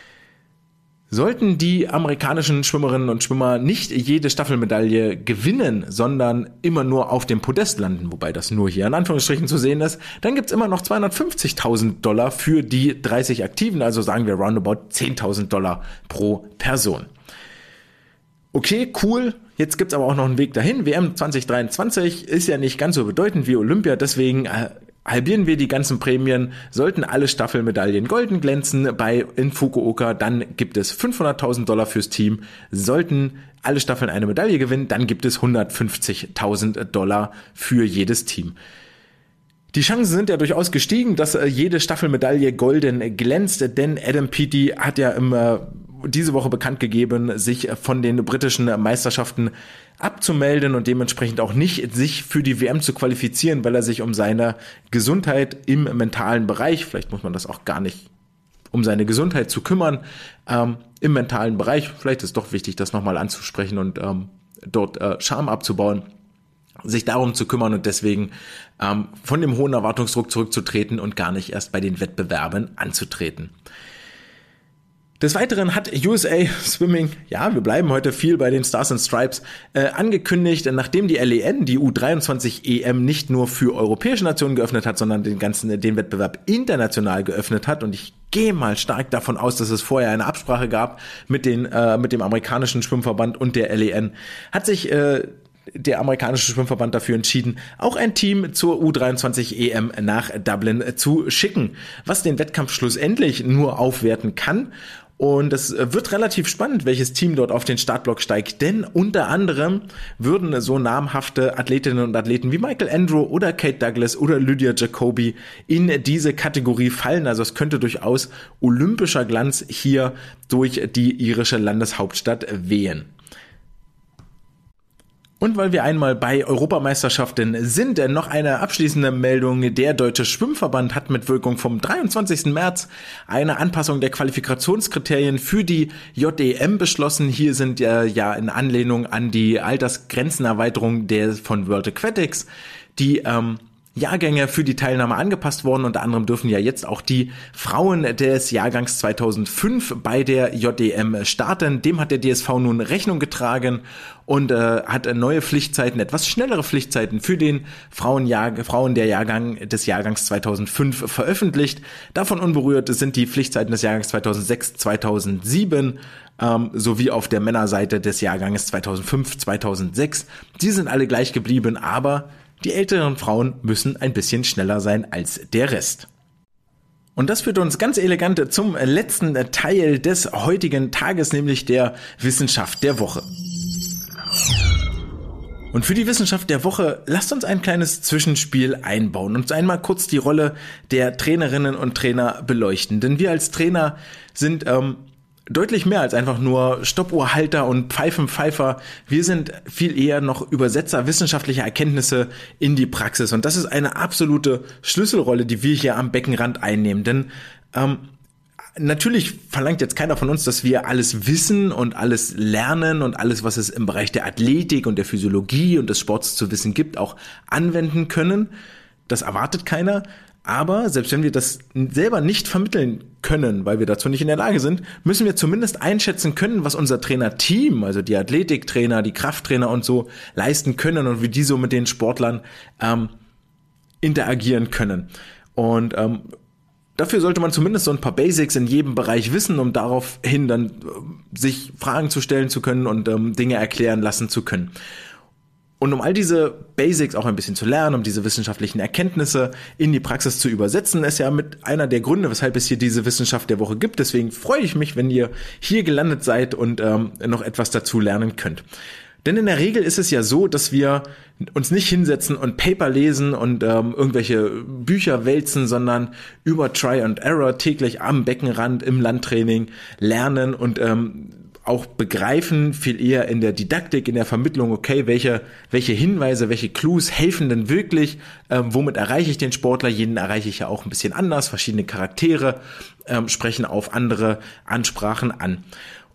Sollten die amerikanischen Schwimmerinnen und Schwimmer nicht jede Staffelmedaille gewinnen, sondern immer nur auf dem Podest landen, wobei das nur hier in Anführungsstrichen zu sehen ist, dann gibt's immer noch zweihundertfünfzigtausend Dollar für die dreißig Aktiven, also sagen wir roundabout zehntausend Dollar pro Person. Okay, cool. Jetzt gibt's aber auch noch einen Weg dahin. W M zwanzig dreiundzwanzig ist ja nicht ganz so bedeutend wie Olympia, deswegen äh, halbieren wir die ganzen Prämien. Sollten alle Staffelmedaillen golden glänzen bei in Fukuoka, dann gibt es fünfhunderttausend Dollar fürs Team. Sollten alle Staffeln eine Medaille gewinnen, dann gibt es hundertfünfzigtausend Dollar für jedes Team. Die Chancen sind ja durchaus gestiegen, dass äh, jede Staffelmedaille golden glänzt, denn Adam Peaty hat ja immer diese Woche bekannt gegeben, sich von den britischen Meisterschaften abzumelden und dementsprechend auch nicht sich für die W M zu qualifizieren, weil er sich um seine Gesundheit im mentalen Bereich, vielleicht muss man das auch gar nicht, um seine Gesundheit zu kümmern, ähm, im mentalen Bereich, vielleicht ist es doch wichtig, das nochmal anzusprechen und ähm, dort äh, Scham abzubauen, sich darum zu kümmern und deswegen ähm, von dem hohen Erwartungsdruck zurückzutreten und gar nicht erst bei den Wettbewerben anzutreten. Des Weiteren hat U S A Swimming, ja, wir bleiben heute viel bei den Stars and Stripes, äh, angekündigt, nachdem die L E N die U dreiundzwanzig E M nicht nur für europäische Nationen geöffnet hat, sondern den ganzen den Wettbewerb international geöffnet hat, und ich gehe mal stark davon aus, dass es vorher eine Absprache gab mit den äh, mit dem amerikanischen Schwimmverband und der L E N, hat sich äh, der amerikanische Schwimmverband dafür entschieden, auch ein Team zur U dreiundzwanzig E M nach Dublin zu schicken, was den Wettkampf schlussendlich nur aufwerten kann. Und es wird relativ spannend, welches Team dort auf den Startblock steigt, denn unter anderem würden so namhafte Athletinnen und Athleten wie Michael Andrew oder Kate Douglas oder Lydia Jacobi in diese Kategorie fallen. Also es könnte durchaus olympischer Glanz hier durch die irische Landeshauptstadt wehen. Und weil wir einmal bei Europameisterschaften sind, noch eine abschließende Meldung. Der Deutsche Schwimmverband hat mit Wirkung vom dreiundzwanzigsten März eine Anpassung der Qualifikationskriterien für die J E M beschlossen. Hier sind ja, ja in Anlehnung an die Altersgrenzenerweiterung der von World Aquatics die ähm, Jahrgänge für die Teilnahme angepasst worden. Unter anderem dürfen ja jetzt auch die Frauen des Jahrgangs zweitausendfünf bei der J E M starten. Dem hat der D S V nun Rechnung getragen und äh, hat neue Pflichtzeiten, etwas schnellere Pflichtzeiten für den Frauenjahr, Frauen der Jahrgang des Jahrgangs zweitausendfünf veröffentlicht. Davon unberührt sind die Pflichtzeiten des Jahrgangs zweitausendsechs, zweitausendsieben ähm, sowie auf der Männerseite des Jahrganges zweitausendfünf, zweitausendsechs. Die sind alle gleich geblieben, aber die älteren Frauen müssen ein bisschen schneller sein als der Rest. Und das führt uns ganz elegant zum letzten Teil des heutigen Tages, nämlich der Wissenschaft der Woche. Und für die Wissenschaft der Woche, lasst uns ein kleines Zwischenspiel einbauen und uns einmal kurz die Rolle der Trainerinnen und Trainer beleuchten. Denn wir als Trainer sind ähm, deutlich mehr als einfach nur Stoppuhrhalter und Pfeifenpfeifer. Wir sind viel eher noch Übersetzer wissenschaftlicher Erkenntnisse in die Praxis. Und das ist eine absolute Schlüsselrolle, die wir hier am Beckenrand einnehmen. Denn ähm, natürlich verlangt jetzt keiner von uns, dass wir alles wissen und alles lernen und alles, was es im Bereich der Athletik und der Physiologie und des Sports zu wissen gibt, auch anwenden können. Das erwartet keiner. Aber selbst wenn wir das selber nicht vermitteln können, weil wir dazu nicht in der Lage sind, müssen wir zumindest einschätzen können, was unser Trainerteam, also die Athletiktrainer, die Krafttrainer und so leisten können und wie die so mit den Sportlern ähm, interagieren können. Und ähm, dafür sollte man zumindest so ein paar Basics in jedem Bereich wissen, um daraufhin dann äh, sich Fragen zu stellen zu können und ähm, Dinge erklären lassen zu können. Und um all diese Basics auch ein bisschen zu lernen, um diese wissenschaftlichen Erkenntnisse in die Praxis zu übersetzen, ist ja mit einer der Gründe, weshalb es hier diese Wissenschaft der Woche gibt. Deswegen freue ich mich, wenn ihr hier gelandet seid und ähm, noch etwas dazu lernen könnt. Denn in der Regel ist es ja so, dass wir uns nicht hinsetzen und Paper lesen und ähm, irgendwelche Bücher wälzen, sondern über Try and Error täglich am Beckenrand im Landtraining lernen und ähm, auch begreifen, viel eher in der Didaktik, in der Vermittlung, okay, welche welche Hinweise, welche Clues helfen denn wirklich, ähm, womit erreiche ich den Sportler, jeden erreiche ich ja auch ein bisschen anders, verschiedene Charaktere ähm, sprechen auf andere Ansprachen an.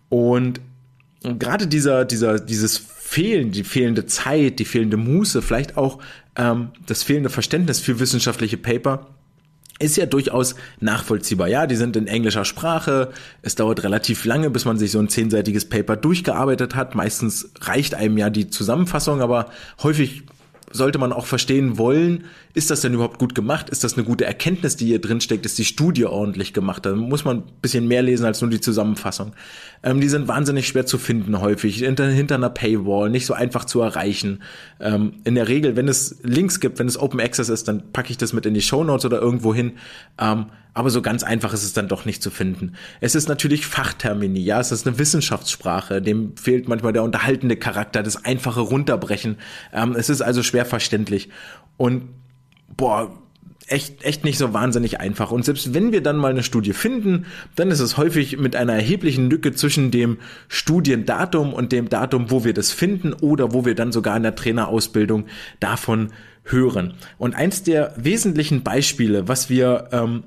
Und gerade dieser dieser dieses Fehlen, die fehlende Zeit, die fehlende Muße, vielleicht auch ähm, das fehlende Verständnis für wissenschaftliche Paper, ist ja durchaus nachvollziehbar. Ja, die sind in englischer Sprache. Es dauert relativ lange, bis man sich so ein zehnseitiges Paper durchgearbeitet hat. Meistens reicht einem ja die Zusammenfassung, aber häufig sollte man auch verstehen wollen, ist das denn überhaupt gut gemacht? Ist das eine gute Erkenntnis, die hier drin steckt? Ist die Studie ordentlich gemacht? Da muss man ein bisschen mehr lesen als nur die Zusammenfassung. Ähm, die sind wahnsinnig schwer zu finden häufig, hinter, hinter einer Paywall, nicht so einfach zu erreichen. Ähm, in der Regel, wenn es Links gibt, wenn es Open Access ist, dann packe ich das mit in die Shownotes oder irgendwo hin. Ähm, aber so ganz einfach ist es dann doch nicht zu finden. Es ist natürlich Fachtermini, ja, es ist eine Wissenschaftssprache, dem fehlt manchmal der unterhaltende Charakter, das einfache Runterbrechen. Ähm, es ist also schwer verständlich und boah, echt echt nicht so wahnsinnig einfach. Und selbst wenn wir dann mal eine Studie finden, dann ist es häufig mit einer erheblichen Lücke zwischen dem Studiendatum und dem Datum, wo wir das finden oder wo wir dann sogar in der Trainerausbildung davon hören. Und eins der wesentlichen Beispiele, was wir ähm,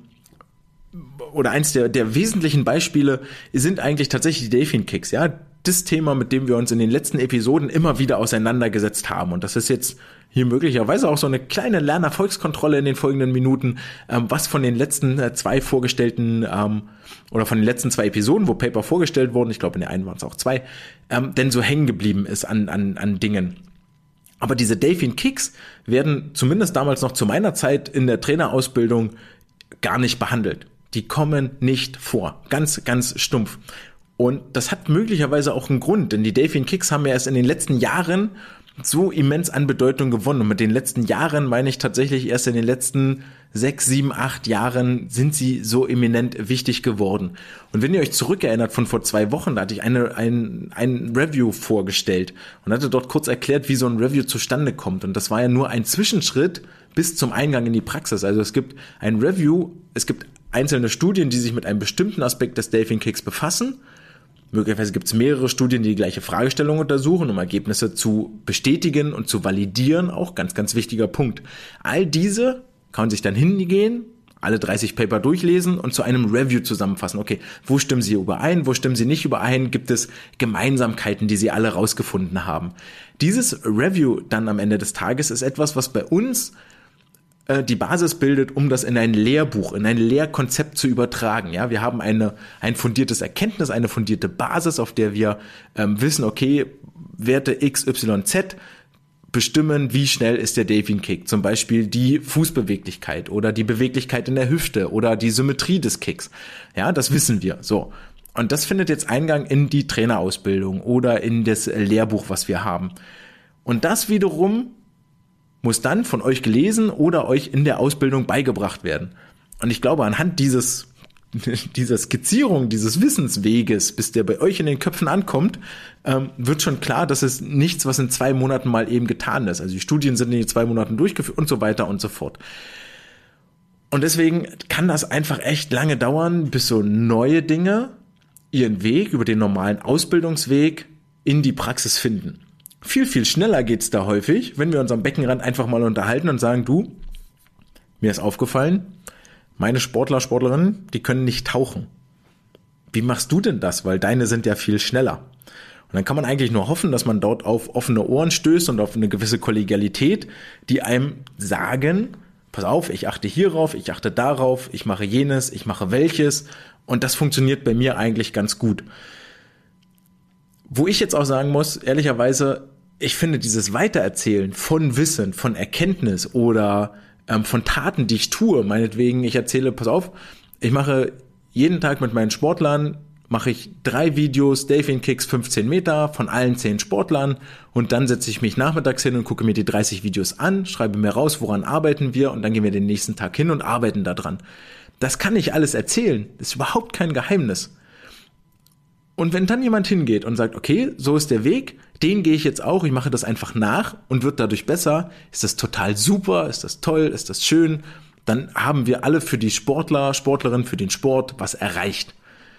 oder eins der, der wesentlichen Beispiele sind eigentlich tatsächlich die Delfin Kicks, ja, das Thema, mit dem wir uns in den letzten Episoden immer wieder auseinandergesetzt haben. Und das ist jetzt hier möglicherweise auch so eine kleine Lernerfolgskontrolle in den folgenden Minuten, ähm, was von den letzten äh, zwei vorgestellten ähm, oder von den letzten zwei Episoden, wo Paper vorgestellt wurden, ich glaube in der einen waren es auch zwei, ähm, denn so hängen geblieben ist an, an, an Dingen. Aber diese Delfin Kicks werden zumindest damals noch zu meiner Zeit in der Trainerausbildung gar nicht behandelt. Die kommen nicht vor. Ganz, ganz stumpf. Und das hat möglicherweise auch einen Grund, denn die Delfin Kicks haben ja erst in den letzten Jahren so immens an Bedeutung gewonnen. Und mit den letzten Jahren meine ich tatsächlich erst in den letzten sechs, sieben, acht Jahren sind sie so eminent wichtig geworden. Und wenn ihr euch zurückerinnert von vor zwei Wochen, da hatte ich eine, ein, ein Review vorgestellt und hatte dort kurz erklärt, wie so ein Review zustande kommt. Und das war ja nur ein Zwischenschritt bis zum Eingang in die Praxis. Also es gibt ein Review, es gibt einzelne Studien, die sich mit einem bestimmten Aspekt des Delfin Kicks befassen. Möglicherweise gibt es mehrere Studien, die die gleiche Fragestellung untersuchen, um Ergebnisse zu bestätigen und zu validieren. Auch ganz, ganz wichtiger Punkt. All diese kann man sich dann hingehen, alle dreißig Paper durchlesen und zu einem Review zusammenfassen. Okay, wo stimmen sie überein, wo stimmen sie nicht überein? Gibt es Gemeinsamkeiten, die sie alle rausgefunden haben? Dieses Review dann am Ende des Tages ist etwas, was bei uns die Basis bildet, um das in ein Lehrbuch, in ein Lehrkonzept zu übertragen. Ja, wir haben eine, ein fundiertes Erkenntnis, eine fundierte Basis, auf der wir ähm, wissen, okay, Werte X, Y, Z bestimmen, wie schnell ist der Delfin Kick. Zum Beispiel die Fußbeweglichkeit oder die Beweglichkeit in der Hüfte oder die Symmetrie des Kicks. Ja, das wissen wir. So. Und das findet jetzt Eingang in die Trainerausbildung oder in das Lehrbuch, was wir haben. Und das wiederum muss dann von euch gelesen oder euch in der Ausbildung beigebracht werden. Und ich glaube, anhand dieses dieser Skizzierung dieses Wissensweges, bis der bei euch in den Köpfen ankommt, ähm, wird schon klar, dass es nichts, was in zwei Monaten mal eben getan ist. Also die Studien sind in den zwei Monaten durchgeführt und so weiter und so fort. Und deswegen kann das einfach echt lange dauern, bis so neue Dinge ihren Weg über den normalen Ausbildungsweg in die Praxis finden. Viel, viel schneller geht's da häufig, wenn wir uns am Beckenrand einfach mal unterhalten und sagen, du, mir ist aufgefallen, meine Sportler, Sportlerinnen, die können nicht tauchen. Wie machst du denn das? Weil deine sind ja viel schneller. Und dann kann man eigentlich nur hoffen, dass man dort auf offene Ohren stößt und auf eine gewisse Kollegialität, die einem sagen, pass auf, ich achte hierauf, ich achte darauf, ich mache jenes, ich mache welches. Und das funktioniert bei mir eigentlich ganz gut. Wo ich jetzt auch sagen muss, ehrlicherweise, ich finde dieses Weitererzählen von Wissen, von Erkenntnis oder ähm, von Taten, die ich tue, meinetwegen, ich erzähle, pass auf, ich mache jeden Tag mit meinen Sportlern, mache ich drei Videos, Delfin Kicks fünfzehn Meter von allen zehn Sportlern und dann setze ich mich nachmittags hin und gucke mir die dreißig Videos an, schreibe mir raus, woran arbeiten wir und dann gehen wir den nächsten Tag hin und arbeiten da dran. Das kann ich alles erzählen, das ist überhaupt kein Geheimnis. Und wenn dann jemand hingeht und sagt, okay, so ist der Weg, den gehe ich jetzt auch, ich mache das einfach nach und wird dadurch besser, ist das total super, ist das toll, ist das schön, dann haben wir alle für die Sportler, Sportlerinnen, für den Sport was erreicht.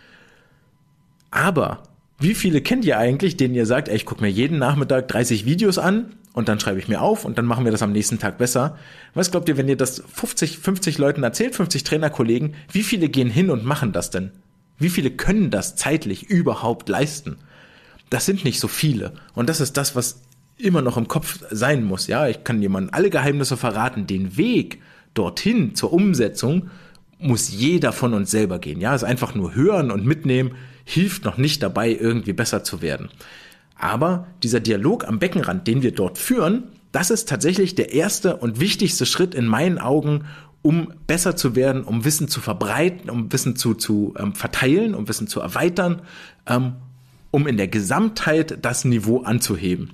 Aber wie viele kennt ihr eigentlich, denen ihr sagt, ey, ich gucke mir jeden Nachmittag dreißig Videos an und dann schreibe ich mir auf und dann machen wir das am nächsten Tag besser? Was glaubt ihr, wenn ihr das fünfzig, fünfzig Leuten erzählt, fünfzig Trainerkollegen, wie viele gehen hin und machen das denn? Wie viele können das zeitlich überhaupt leisten? Das sind nicht so viele. Und das ist das, was immer noch im Kopf sein muss. Ja, ich kann jemandem alle Geheimnisse verraten. Den Weg dorthin zur Umsetzung muss jeder von uns selber gehen. Ja, es einfach nur hören und mitnehmen hilft noch nicht dabei, irgendwie besser zu werden. Aber dieser Dialog am Beckenrand, den wir dort führen, das ist tatsächlich der erste und wichtigste Schritt in meinen Augen, um besser zu werden, um Wissen zu verbreiten, um Wissen zu, zu ähm, verteilen, um Wissen zu erweitern, ähm, um in der Gesamtheit das Niveau anzuheben.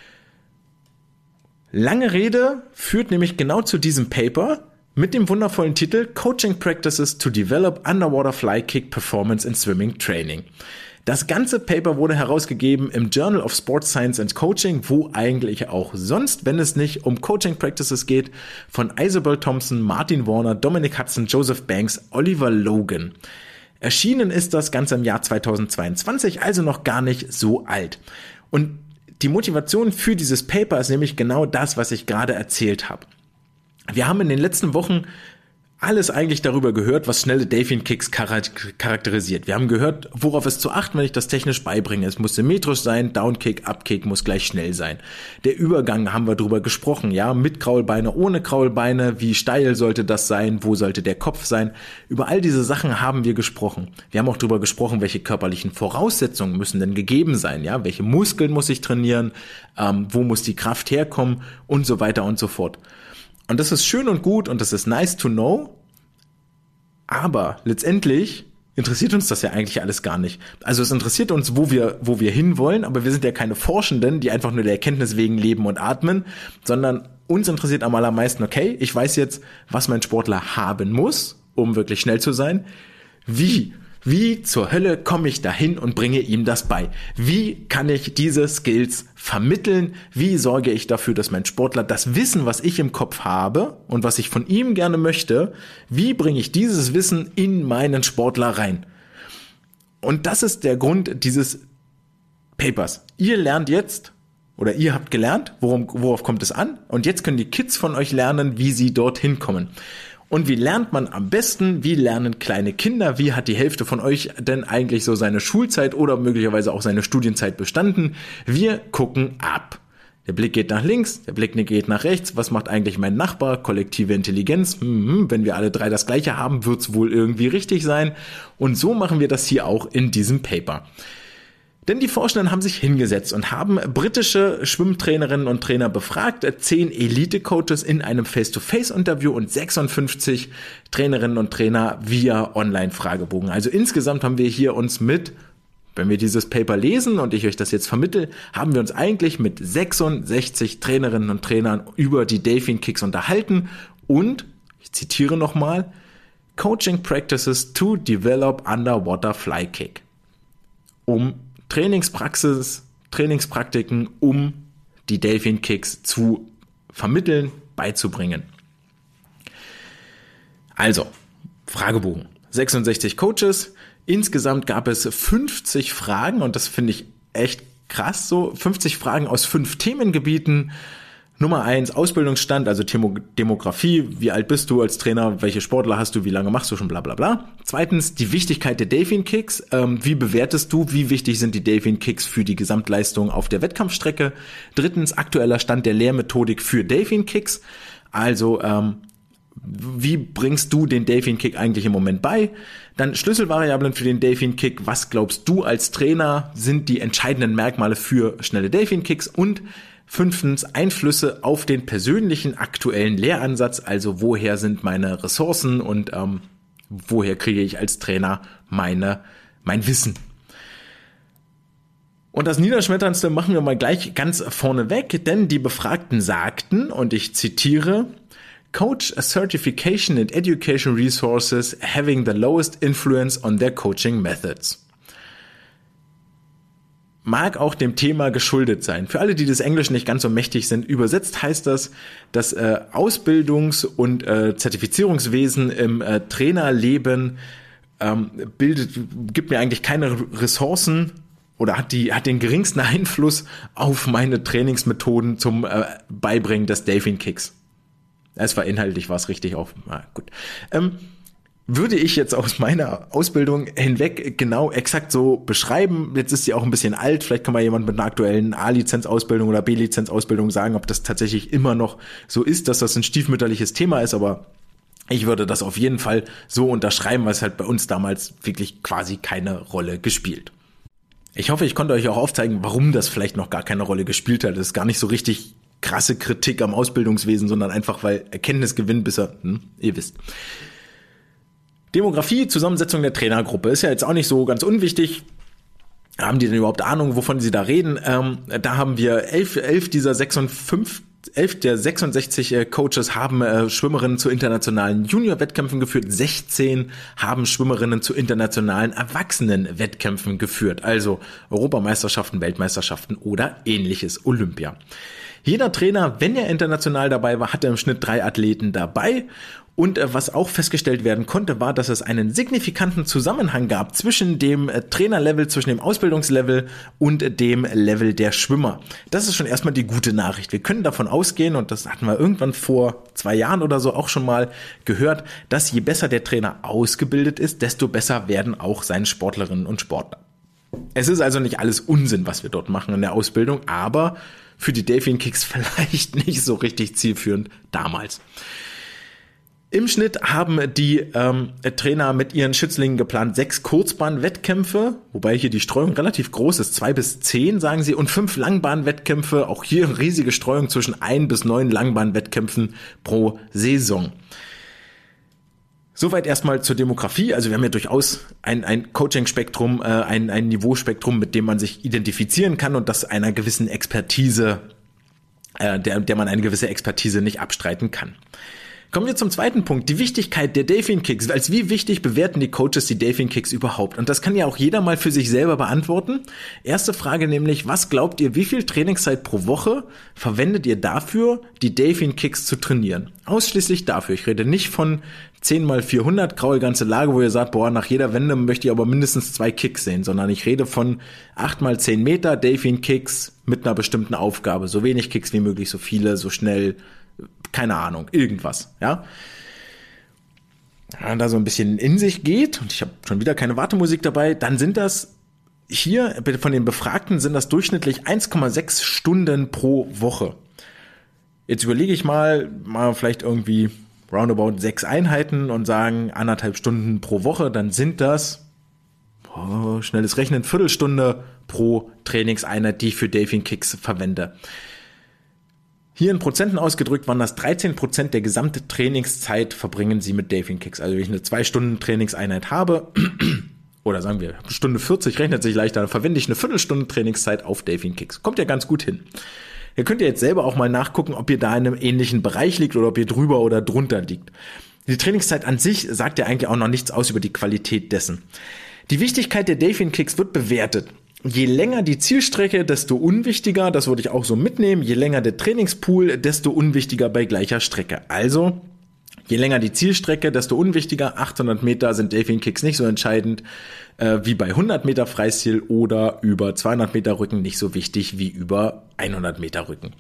Lange Rede führt nämlich genau zu diesem Paper mit dem wundervollen Titel Coaching Practices to Develop Underwater Fly Kick Performance in Swimming Training. Das ganze Paper wurde herausgegeben im Journal of Sports Science and Coaching, wo eigentlich auch sonst, wenn es nicht um Coaching Practices geht, von Isabel Thompson, Martin Warner, Dominic Hudson, Joseph Banks, Oliver Logan. Erschienen ist das Ganze im Jahr zweitausendzweiundzwanzig, also noch gar nicht so alt. Und die Motivation für dieses Paper ist nämlich genau das, was ich gerade erzählt habe. Wir haben in den letzten Wochen alles eigentlich darüber gehört, was schnelle Delfin-Kicks charakterisiert. Wir haben gehört, worauf es zu achten, wenn ich das technisch beibringe. Es muss symmetrisch sein, Downkick, Upkick muss gleich schnell sein. Der Übergang haben wir drüber gesprochen, ja, mit Kraulbeine, ohne Kraulbeine, wie steil sollte das sein, wo sollte der Kopf sein. Über all diese Sachen haben wir gesprochen. Wir haben auch darüber gesprochen, welche körperlichen Voraussetzungen müssen denn gegeben sein, ja, welche Muskeln muss ich trainieren, ähm, wo muss die Kraft herkommen und so weiter und so fort. Und das ist schön und gut und das ist nice to know, aber letztendlich interessiert uns das ja eigentlich alles gar nicht. Also es interessiert uns, wo wir, wo wir hinwollen, aber wir sind ja keine Forschenden, die einfach nur der Erkenntnis wegen leben und atmen, sondern uns interessiert am allermeisten, okay, ich weiß jetzt, was mein Sportler haben muss, um wirklich schnell zu sein. Wie? Wie zur Hölle komme ich dahin und bringe ihm das bei? Wie kann ich diese Skills vermitteln? Wie sorge ich dafür, dass mein Sportler das Wissen, was ich im Kopf habe und was ich von ihm gerne möchte, wie bringe ich dieses Wissen in meinen Sportler rein? Und das ist der Grund dieses Papers. Ihr lernt jetzt oder ihr habt gelernt, worum, worauf kommt es an? Und jetzt können die Kids von euch lernen, wie sie dorthin kommen. Und wie lernt man am besten? Wie lernen kleine Kinder? Wie hat die Hälfte von euch denn eigentlich so seine Schulzeit oder möglicherweise auch seine Studienzeit bestanden? Wir gucken ab. Der Blick geht nach links, der Blick geht nach rechts. Was macht eigentlich mein Nachbar? Kollektive Intelligenz. Hm, wenn wir alle drei das Gleiche haben, wird's wohl irgendwie richtig sein. Und so machen wir das hier auch in diesem Paper. Denn die Forschenden haben sich hingesetzt und haben britische Schwimmtrainerinnen und Trainer befragt, zehn Elite-Coaches in einem Face-to-Face-Interview und sechsundfünfzig Trainerinnen und Trainer via Online-Fragebogen. Also insgesamt haben wir hier uns mit, wenn wir dieses Paper lesen und ich euch das jetzt vermittle, haben wir uns eigentlich mit sechsundsechzig Trainerinnen und Trainern über die Delfin Kicks unterhalten und, ich zitiere nochmal, Coaching Practices to Develop Underwater Fly Kick. Um Trainingspraxis, Trainingspraktiken, um die Delfin Kicks zu vermitteln, beizubringen. Also, Fragebogen. sechsundsechzig Coaches. Insgesamt gab es fünfzig Fragen und das finde ich echt krass so. fünfzig Fragen aus fünf Themengebieten. Nummer eins, Ausbildungsstand, also Demografie. Wie alt bist du als Trainer? Welche Sportler hast du? Wie lange machst du schon? Bla bla bla. Zweitens, die Wichtigkeit der Delfin Kicks. Ähm, wie bewertest du? Wie wichtig sind die Delfin Kicks für die Gesamtleistung auf der Wettkampfstrecke? Drittens, aktueller Stand der Lehrmethodik für Delfin Kicks. Also, ähm, wie bringst du den Delfin Kick eigentlich im Moment bei? Dann Schlüsselvariablen für den Delfin Kick. Was glaubst du als Trainer sind die entscheidenden Merkmale für schnelle Delfin Kicks? Und fünftens, Einflüsse auf den persönlichen aktuellen Lehransatz, also woher sind meine Ressourcen und ähm, woher kriege ich als Trainer meine mein Wissen. Und das Niederschmetterndste machen wir mal gleich ganz vorne weg, denn die Befragten sagten, und ich zitiere, Coach Certification and Education Resources having the lowest influence on their coaching methods. Mag auch dem Thema geschuldet sein. Für alle, die des Englischen nicht ganz so mächtig sind, übersetzt heißt das, das äh, Ausbildungs- und äh, Zertifizierungswesen im äh, Trainerleben ähm, bildet, gibt mir eigentlich keine Ressourcen oder hat die hat den geringsten Einfluss auf meine Trainingsmethoden zum äh, Beibringen des Delfin Kicks. Es war inhaltlich, war es richtig auch. Na gut. Ähm, Würde ich jetzt aus meiner Ausbildung hinweg genau exakt so beschreiben, jetzt ist sie auch ein bisschen alt, vielleicht kann mal jemand mit einer aktuellen A-Lizenz-Ausbildung oder B-Lizenz-Ausbildung sagen, ob das tatsächlich immer noch so ist, dass das ein stiefmütterliches Thema ist, aber ich würde das auf jeden Fall so unterschreiben, weil es halt bei uns damals wirklich quasi keine Rolle gespielt. Ich hoffe, ich konnte euch auch aufzeigen, warum das vielleicht noch gar keine Rolle gespielt hat. Das ist gar nicht so richtig krasse Kritik am Ausbildungswesen, sondern einfach, weil Erkenntnisgewinn bisher, hm, ihr wisst. Demografie, Zusammensetzung der Trainergruppe ist ja jetzt auch nicht so ganz unwichtig. Haben die denn überhaupt Ahnung, wovon sie da reden? Ähm, da haben wir elf, elf dieser sechsundfünfzig, elf der sechsundsechzig äh, Coaches haben äh, Schwimmerinnen zu internationalen Junior-Wettkämpfen geführt. sechzehn haben Schwimmerinnen zu internationalen Erwachsenen-Wettkämpfen geführt. Also Europameisterschaften, Weltmeisterschaften oder ähnliches, Olympia. Jeder Trainer, wenn er international dabei war, hatte im Schnitt drei Athleten dabei. Und äh, was auch festgestellt werden konnte, war, dass es einen signifikanten Zusammenhang gab zwischen dem äh, Trainerlevel, zwischen dem Ausbildungslevel und äh, dem Level der Schwimmer. Das ist schon erstmal die gute Nachricht. Wir können davon ausgehen, und das hatten wir irgendwann vor zwei Jahren oder so auch schon mal gehört, dass je besser der Trainer ausgebildet ist, desto besser werden auch seine Sportlerinnen und Sportler. Es ist also nicht alles Unsinn, was wir dort machen in der Ausbildung, aber für die Delfin Kicks vielleicht nicht so richtig zielführend damals. Im Schnitt haben die ähm, Trainer mit ihren Schützlingen geplant sechs Kurzbahn-Wettkämpfe, wobei hier die Streuung relativ groß ist, zwei bis zehn, sagen sie, und fünf Langbahn-Wettkämpfe, auch hier eine riesige Streuung zwischen ein bis neun Langbahn-Wettkämpfen pro Saison. Soweit erstmal zur Demografie. Also wir haben ja durchaus ein, ein Coaching-Spektrum, äh, ein, ein Niveauspektrum, mit dem man sich identifizieren kann und das einer gewissen Expertise, äh, der, der man eine gewisse Expertise nicht abstreiten kann. Kommen wir zum zweiten Punkt, die Wichtigkeit der Delfin Kicks. Als wie wichtig bewerten die Coaches die Delfin Kicks überhaupt? Und das kann ja auch jeder mal für sich selber beantworten. Erste Frage nämlich, was glaubt ihr, wie viel Trainingszeit pro Woche verwendet ihr dafür, die Delfin Kicks zu trainieren? Ausschließlich dafür. Ich rede nicht von zehn mal vierhundert, graue ganze Lage, wo ihr sagt, boah, nach jeder Wende möchte ich aber mindestens zwei Kicks sehen, sondern ich rede von acht mal zehn Meter Delfin Kicks mit einer bestimmten Aufgabe. So wenig Kicks wie möglich, so viele, so schnell, keine Ahnung, irgendwas, ja. Wenn man da so ein bisschen in sich geht, und ich habe schon wieder keine Wartemusik dabei, dann sind das hier, von den Befragten sind das durchschnittlich eins Komma sechs Stunden pro Woche. Jetzt überlege ich mal, mal vielleicht irgendwie roundabout sechs Einheiten und sagen anderthalb Stunden pro Woche, dann sind das, oh, schnelles Rechnen, Viertelstunde pro Trainingseinheit, die ich für Delfin Kicks verwende. Hier in Prozenten ausgedrückt waren das dreizehn Prozent der gesamten Trainingszeit verbringen sie mit Delfin Kicks. Also wenn ich eine zwei Stunden Trainingseinheit habe, oder sagen wir Stunde vierzig, rechnet sich leichter, dann verwende ich eine Viertelstunde Trainingszeit auf Delfin Kicks. Kommt ja ganz gut hin. Ihr könnt ja jetzt selber auch mal nachgucken, ob ihr da in einem ähnlichen Bereich liegt oder ob ihr drüber oder drunter liegt. Die Trainingszeit an sich sagt ja eigentlich auch noch nichts aus über die Qualität dessen. Die Wichtigkeit der Delfin Kicks wird bewertet. Je länger die Zielstrecke, desto unwichtiger, das würde ich auch so mitnehmen, je länger der Trainingspool, desto unwichtiger bei gleicher Strecke. Also, je länger die Zielstrecke, desto unwichtiger. achthundert Meter sind Delfin Kicks nicht so entscheidend äh, wie bei hundert Meter Freistil oder über zweihundert Meter Rücken nicht so wichtig wie über hundert Meter Rücken.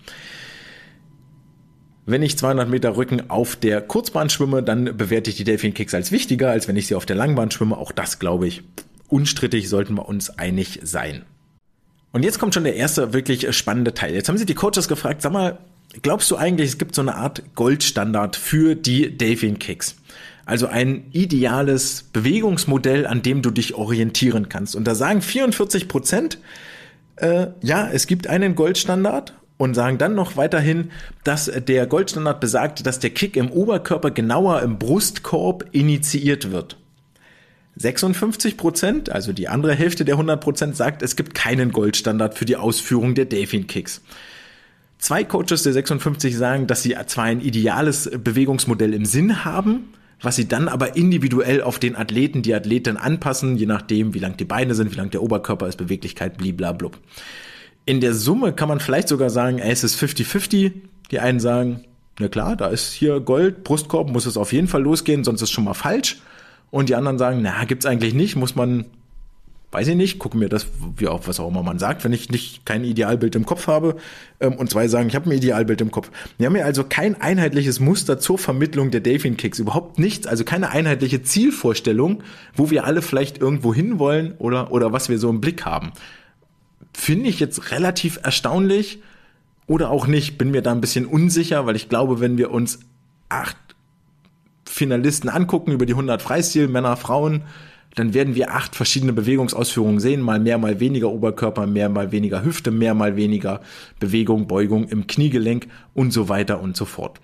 Wenn ich zweihundert Meter Rücken auf der Kurzbahn schwimme, dann bewerte ich die Delfin Kicks als wichtiger, als wenn ich sie auf der Langbahn schwimme. Auch das, glaube ich, unstrittig, sollten wir uns einig sein. Und jetzt kommt schon der erste wirklich spannende Teil. Jetzt haben sich die Coaches gefragt, sag mal, glaubst du eigentlich, es gibt so eine Art Goldstandard für die Delfin Kicks? Also ein ideales Bewegungsmodell, an dem du dich orientieren kannst. Und da sagen vierundvierzig Prozent, äh, ja, es gibt einen Goldstandard. Und sagen dann noch weiterhin, dass der Goldstandard besagt, dass der Kick im Oberkörper genauer im Brustkorb initiiert wird. sechsundfünfzig Prozent, also die andere Hälfte der hundert Prozent, sagt, es gibt keinen Goldstandard für die Ausführung der Delfin Kicks. Zwei Coaches der sechsundfünfzig sagen, dass sie zwar ein ideales Bewegungsmodell im Sinn haben, was sie dann aber individuell auf den Athleten, die Athletin anpassen, je nachdem, wie lang die Beine sind, wie lang der Oberkörper ist, Beweglichkeit, bliblablub. In der Summe kann man vielleicht sogar sagen, ey, es ist fünfzig fünfzig. Die einen sagen, na klar, da ist hier Gold, Brustkorb, muss es auf jeden Fall losgehen, sonst ist schon mal falsch. Und die anderen sagen, na, gibt's eigentlich nicht, muss man, weiß ich nicht, gucken mir das, wie auch, was auch immer man sagt, wenn ich nicht kein Idealbild im Kopf habe. Und zwei sagen, ich habe ein Idealbild im Kopf. Wir haben ja also kein einheitliches Muster zur Vermittlung der Delfin Kicks, überhaupt nichts, also keine einheitliche Zielvorstellung, wo wir alle vielleicht irgendwo hinwollen oder, oder was wir so im Blick haben. Finde ich jetzt relativ erstaunlich oder auch nicht, bin mir da ein bisschen unsicher, weil ich glaube, wenn wir uns acht Finalisten angucken über die hundert Freistil, Männer, Frauen, dann werden wir acht verschiedene Bewegungsausführungen sehen, mal mehr, mal weniger Oberkörper, mehr, mal weniger Hüfte, mehr, mal weniger Bewegung, Beugung im Kniegelenk und so weiter und so fort.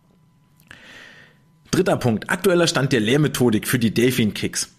Dritter Punkt, aktueller Stand der Lehrmethodik für die Delfin Kicks.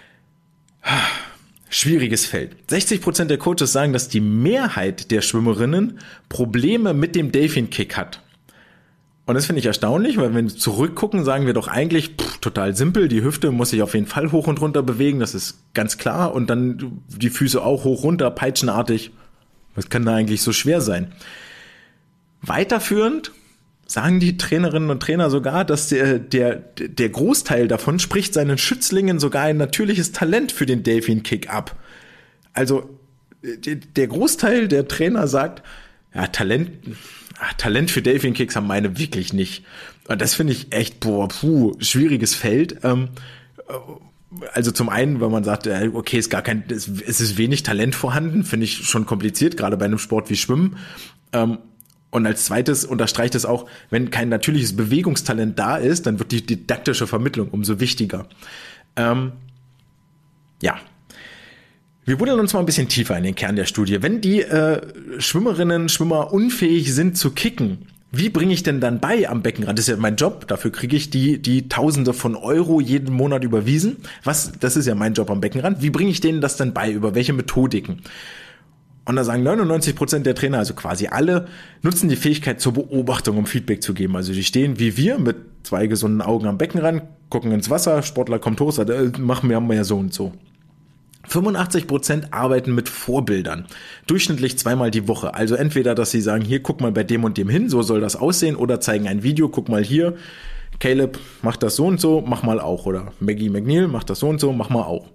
Schwieriges Feld. sechzig Prozent der Coaches sagen, dass die Mehrheit der Schwimmerinnen Probleme mit dem Delfin Kick hat. Und das finde ich erstaunlich, weil wenn wir zurückgucken, sagen wir doch eigentlich pff, total simpel, die Hüfte muss sich auf jeden Fall hoch und runter bewegen, das ist ganz klar. Und dann die Füße auch hoch, runter, peitschenartig. Was kann da eigentlich so schwer sein? Weiterführend sagen die Trainerinnen und Trainer sogar, dass der, der, der Großteil davon spricht seinen Schützlingen sogar ein natürliches Talent für den Delfin Kick ab. Also der Großteil der Trainer sagt, ja, Talent, Talent für Delfin Kicks haben meine wirklich nicht. Und das finde ich echt, boah, puh, schwieriges Feld. Also zum einen, wenn man sagt, okay, ist gar kein, es ist wenig Talent vorhanden, finde ich schon kompliziert, gerade bei einem Sport wie Schwimmen. Und als zweites unterstreicht es auch, wenn kein natürliches Bewegungstalent da ist, dann wird die didaktische Vermittlung umso wichtiger. Ähm, ja. Wir buddeln uns mal ein bisschen tiefer in den Kern der Studie. Wenn die äh, Schwimmerinnen, Schwimmer unfähig sind zu kicken, wie bringe ich denn dann bei am Beckenrand? Das ist ja mein Job, dafür kriege ich die die Tausende von Euro jeden Monat überwiesen. Was? Das ist ja mein Job am Beckenrand. Wie bringe ich denen das denn bei? Über welche Methodiken? Und da sagen neunundneunzig Prozent der Trainer, also quasi alle, nutzen die Fähigkeit zur Beobachtung, um Feedback zu geben. Also die stehen wie wir mit zwei gesunden Augen am Beckenrand, gucken ins Wasser, Sportler kommt hoch, sagt, äh, machen wir ja so und so. fünfundachtzig Prozent arbeiten mit Vorbildern, durchschnittlich zweimal die Woche. Also entweder, dass sie sagen, hier, guck mal bei dem und dem hin, so soll das aussehen, oder zeigen ein Video, guck mal hier, Caleb macht das so und so, mach mal auch. Oder Maggie McNeil macht das so und so, mach mal auch.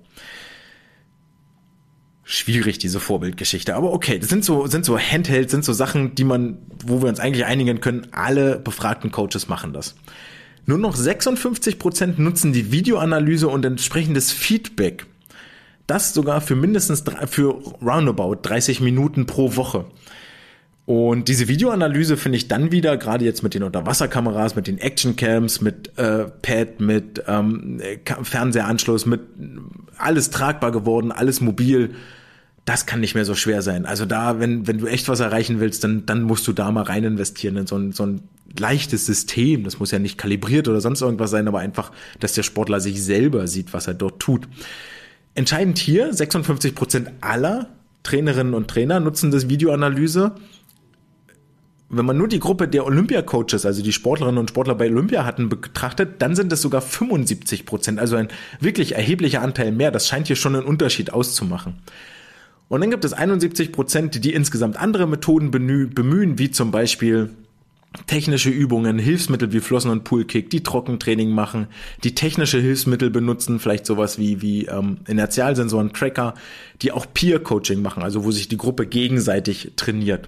Schwierig, diese Vorbildgeschichte. Aber okay, das sind so, sind so Handhelds, sind so Sachen, die man, wo wir uns eigentlich einigen können, alle befragten Coaches machen das. Nur noch sechsundfünfzig Prozent nutzen die Videoanalyse und entsprechendes Feedback. Das sogar für mindestens, für roundabout dreißig Minuten pro Woche. Und diese Videoanalyse finde ich dann wieder, gerade jetzt mit den Unterwasserkameras, mit den Actioncams, mit äh, Pad, mit ähm, Fernsehanschluss, mit alles tragbar geworden, alles mobil. Das kann nicht mehr so schwer sein. Also da, wenn wenn du echt was erreichen willst, dann dann musst du da mal rein investieren in so ein so ein leichtes System. Das muss ja nicht kalibriert oder sonst irgendwas sein, aber einfach, dass der Sportler sich selber sieht, was er dort tut. Entscheidend hier, sechsundfünfzig Prozent aller Trainerinnen und Trainer nutzen das Videoanalyse. wenn man nur die Gruppe der Olympia-Coaches, also die Sportlerinnen und Sportler bei Olympia hatten, betrachtet, dann sind es sogar fünfundsiebzig Prozent, also ein wirklich erheblicher Anteil mehr. Das scheint hier schon einen Unterschied auszumachen. Und dann gibt es einundsiebzig Prozent, die insgesamt andere Methoden bemühen, wie zum Beispiel technische Übungen, Hilfsmittel wie Flossen und Poolkick, die Trockentraining machen, die technische Hilfsmittel benutzen, vielleicht sowas wie, wie ähm, Inertialsensoren, Tracker, die auch Peer-Coaching machen, also wo sich die Gruppe gegenseitig trainiert.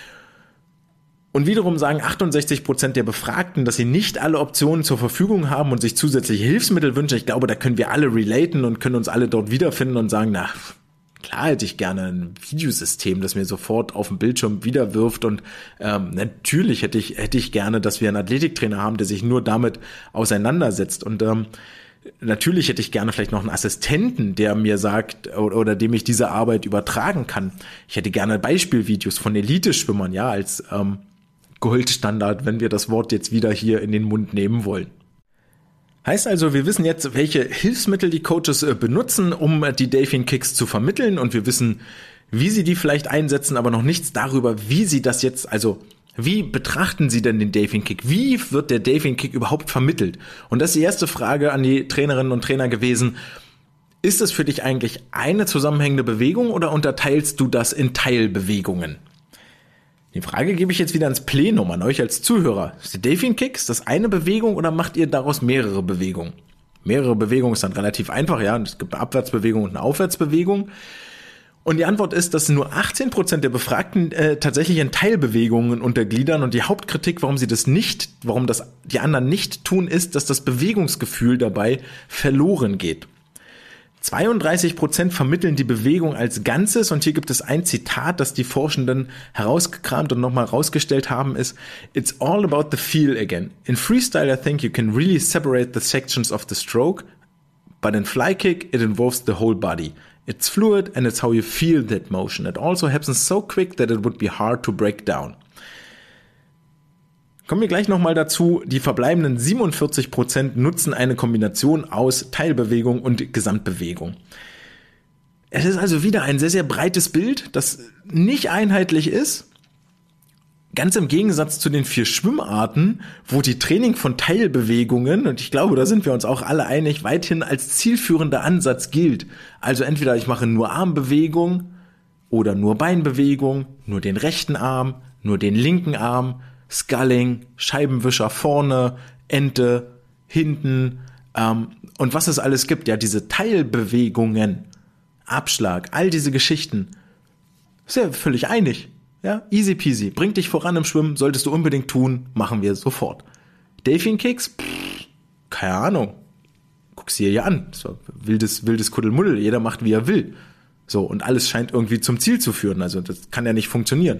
Und wiederum sagen achtundsechzig Prozent der Befragten, dass sie nicht alle Optionen zur Verfügung haben und sich zusätzliche Hilfsmittel wünschen. Ich glaube, da können wir alle relaten und können uns alle dort wiederfinden und sagen, na, klar hätte ich gerne ein Videosystem, das mir sofort auf dem Bildschirm wiederwirft und ähm, natürlich hätte ich hätte ich gerne, dass wir einen Athletiktrainer haben, der sich nur damit auseinandersetzt und ähm, natürlich hätte ich gerne vielleicht noch einen Assistenten, der mir sagt oder, oder dem ich diese Arbeit übertragen kann. Ich hätte gerne Beispielvideos von Elite-Schwimmern, ja, als ähm, Goldstandard, wenn wir das Wort jetzt wieder hier in den Mund nehmen wollen. Heißt also, wir wissen jetzt, welche Hilfsmittel die Coaches benutzen, um die Delfin Kicks zu vermitteln und wir wissen, wie sie die vielleicht einsetzen, aber noch nichts darüber, wie sie das jetzt, also wie betrachten sie denn den Delfin Kick? Wie wird der Delfin Kick überhaupt vermittelt? Und das ist die erste Frage an die Trainerinnen und Trainer gewesen. Ist es für dich eigentlich eine zusammenhängende Bewegung oder unterteilst du das in Teilbewegungen? Die Frage gebe ich jetzt wieder ans Plenum, an euch als Zuhörer. Ist der Delfin Kick, ist das eine Bewegung oder macht ihr daraus mehrere Bewegungen? Mehrere Bewegungen ist dann relativ einfach, ja. Es gibt eine Abwärtsbewegung und eine Aufwärtsbewegung. Und die Antwort ist, dass nur achtzehn Prozent der Befragten äh, tatsächlich in Teilbewegungen untergliedern. Und die Hauptkritik, warum sie das nicht, warum das die anderen nicht tun, ist, dass das Bewegungsgefühl dabei verloren geht. zweiunddreißig Prozent vermitteln die Bewegung als Ganzes und hier gibt es ein Zitat, das die Forschenden herausgekramt und nochmal rausgestellt haben, ist "It's all about the feel again. In freestyle I think you can really separate the sections of the stroke, but in fly kick it involves the whole body. It's fluid and it's how you feel that motion. It also happens so quick that it would be hard to break down." Kommen wir gleich nochmal dazu, die verbleibenden siebenundvierzig Prozent nutzen eine Kombination aus Teilbewegung und Gesamtbewegung. Es ist also wieder ein sehr, sehr breites Bild, das nicht einheitlich ist. Ganz im Gegensatz zu den vier Schwimmarten, wo die Training von Teilbewegungen, und ich glaube, da sind wir uns auch alle einig, weithin als zielführender Ansatz gilt. Also entweder ich mache nur Armbewegung oder nur Beinbewegung, nur den rechten Arm, nur den linken Arm, Sculling, Scheibenwischer vorne, Ente, hinten ähm, und was es alles gibt. Ja, diese Teilbewegungen, Abschlag, all diese Geschichten, ist ja völlig einig. Ja, easy peasy, bringt dich voran im Schwimmen, solltest du unbedingt tun, machen wir sofort. Delfin Kicks, pff, keine Ahnung, guck's dir ja an, so wildes, wildes Kuddelmuddel, jeder macht wie er will. So, und alles scheint irgendwie zum Ziel zu führen, also das kann ja nicht funktionieren.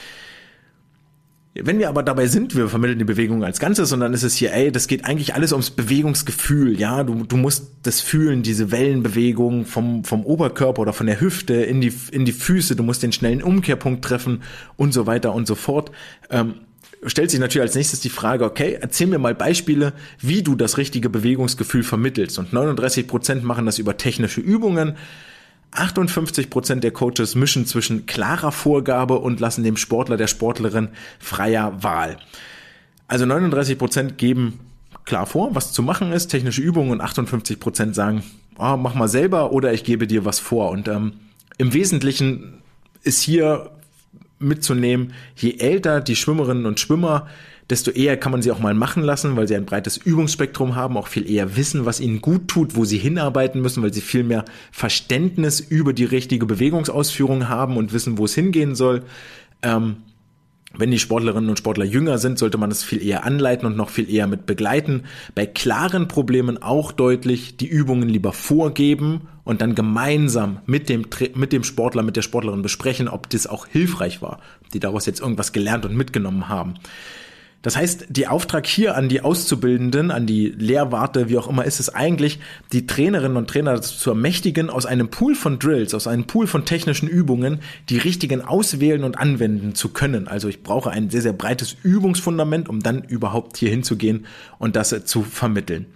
Wenn wir aber dabei sind, wir vermitteln die Bewegung als Ganzes und dann ist es hier, ey, das geht eigentlich alles ums Bewegungsgefühl, ja, du, du musst das fühlen, diese Wellenbewegung vom, vom Oberkörper oder von der Hüfte in die, in die Füße, du musst den schnellen Umkehrpunkt treffen und so weiter und so fort. Ähm, stellt sich natürlich als nächstes die Frage, okay, erzähl mir mal Beispiele, wie du das richtige Bewegungsgefühl vermittelst und neununddreißig Prozent machen das über technische Übungen. achtundfünfzig Prozent der Coaches mischen zwischen klarer Vorgabe und lassen dem Sportler, der Sportlerin freier Wahl. Also neununddreißig Prozent geben klar vor, was zu machen ist, technische Übungen und achtundfünfzig Prozent sagen, oh, mach mal selber oder ich gebe dir was vor. Und ähm, im Wesentlichen ist hier mitzunehmen, je älter die Schwimmerinnen und Schwimmer, desto eher kann man sie auch mal machen lassen, weil sie ein breites Übungsspektrum haben, auch viel eher wissen, was ihnen gut tut, wo sie hinarbeiten müssen, weil sie viel mehr Verständnis über die richtige Bewegungsausführung haben und wissen, wo es hingehen soll. Ähm, wenn die Sportlerinnen und Sportler jünger sind, sollte man es viel eher anleiten und noch viel eher mit begleiten. Bei klaren Problemen auch deutlich die Übungen lieber vorgeben und dann gemeinsam mit dem, mit dem Sportler, mit der Sportlerin besprechen, ob das auch hilfreich war, ob die daraus jetzt irgendwas gelernt und mitgenommen haben. Das heißt, der Auftrag hier an die Auszubildenden, an die Lehrwarte, wie auch immer, ist es eigentlich, die Trainerinnen und Trainer zu ermächtigen, aus einem Pool von Drills, aus einem Pool von technischen Übungen, die richtigen auswählen und anwenden zu können. Also ich brauche ein sehr, sehr breites Übungsfundament, um dann überhaupt hier hinzugehen und das zu vermitteln.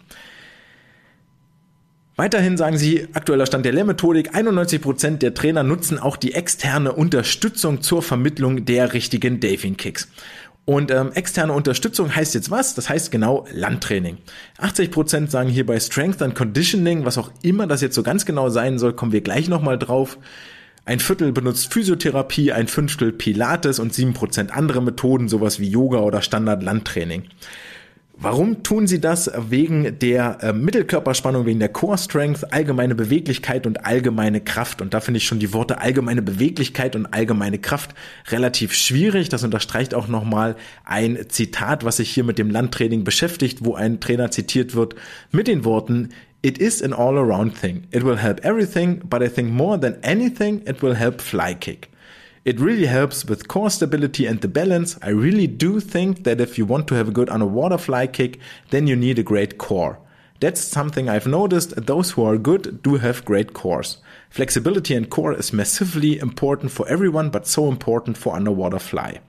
Weiterhin sagen sie, aktueller Stand der Lehrmethodik, einundneunzig Prozent der Trainer nutzen auch die externe Unterstützung zur Vermittlung der richtigen Delfin Kicks. Und ähm, externe Unterstützung heißt jetzt was? Das heißt genau Landtraining. achtzig Prozent sagen hier bei Strength and Conditioning, was auch immer das jetzt so ganz genau sein soll, kommen wir gleich nochmal drauf. Ein Viertel benutzt Physiotherapie, ein Fünftel Pilates und sieben Prozent andere Methoden, sowas wie Yoga oder Standard-Landtraining. Warum tun sie das? Wegen der äh, Mittelkörperspannung, wegen der Core Strength, allgemeine Beweglichkeit und allgemeine Kraft. Und da finde ich schon die Worte allgemeine Beweglichkeit und allgemeine Kraft relativ schwierig. Das unterstreicht auch nochmal ein Zitat, was sich hier mit dem Landtraining beschäftigt, wo ein Trainer zitiert wird mit den Worten: It is an all-around thing. It will help everything, but I think more than anything, it will help fly kick. It really helps with core stability and the balance. I really do think that if you want to have a good underwater fly kick, then you need a great core. That's something I've noticed. Those who are good do have great cores. Flexibility and core is massively important for everyone, but so important for underwater fly.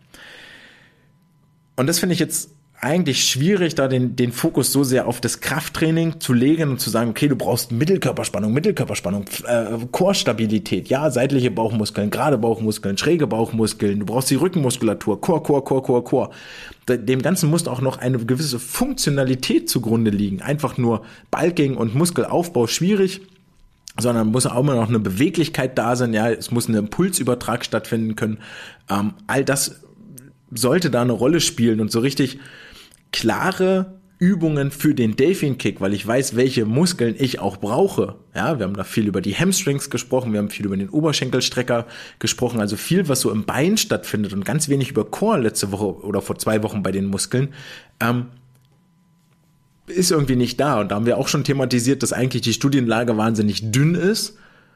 Und das finde ich jetzt eigentlich schwierig, da den, den Fokus so sehr auf das Krafttraining zu legen und zu sagen, okay, du brauchst Mittelkörperspannung, Mittelkörperspannung, äh, Core-Stabilität, ja, seitliche Bauchmuskeln, gerade Bauchmuskeln, schräge Bauchmuskeln, du brauchst die Rückenmuskulatur, Core, Core, Core, Core, Core. Dem Ganzen muss auch noch eine gewisse Funktionalität zugrunde liegen. Einfach nur Bulking und Muskelaufbau schwierig, sondern muss auch immer noch eine Beweglichkeit da sein, ja, es muss ein Impulsübertrag stattfinden können. Ähm, all das sollte da eine Rolle spielen und so richtig klare Übungen für den Delfin Kick, weil ich weiß, welche Muskeln ich auch brauche. Ja, wir haben da viel über die Hamstrings gesprochen, wir haben viel über den Oberschenkelstrecker gesprochen, also viel, was so im Bein stattfindet und ganz wenig über Core letzte Woche oder vor zwei Wochen bei den Muskeln, ähm, ist irgendwie nicht da. Und da haben wir auch schon thematisiert, dass eigentlich die Studienlage wahnsinnig dünn ist,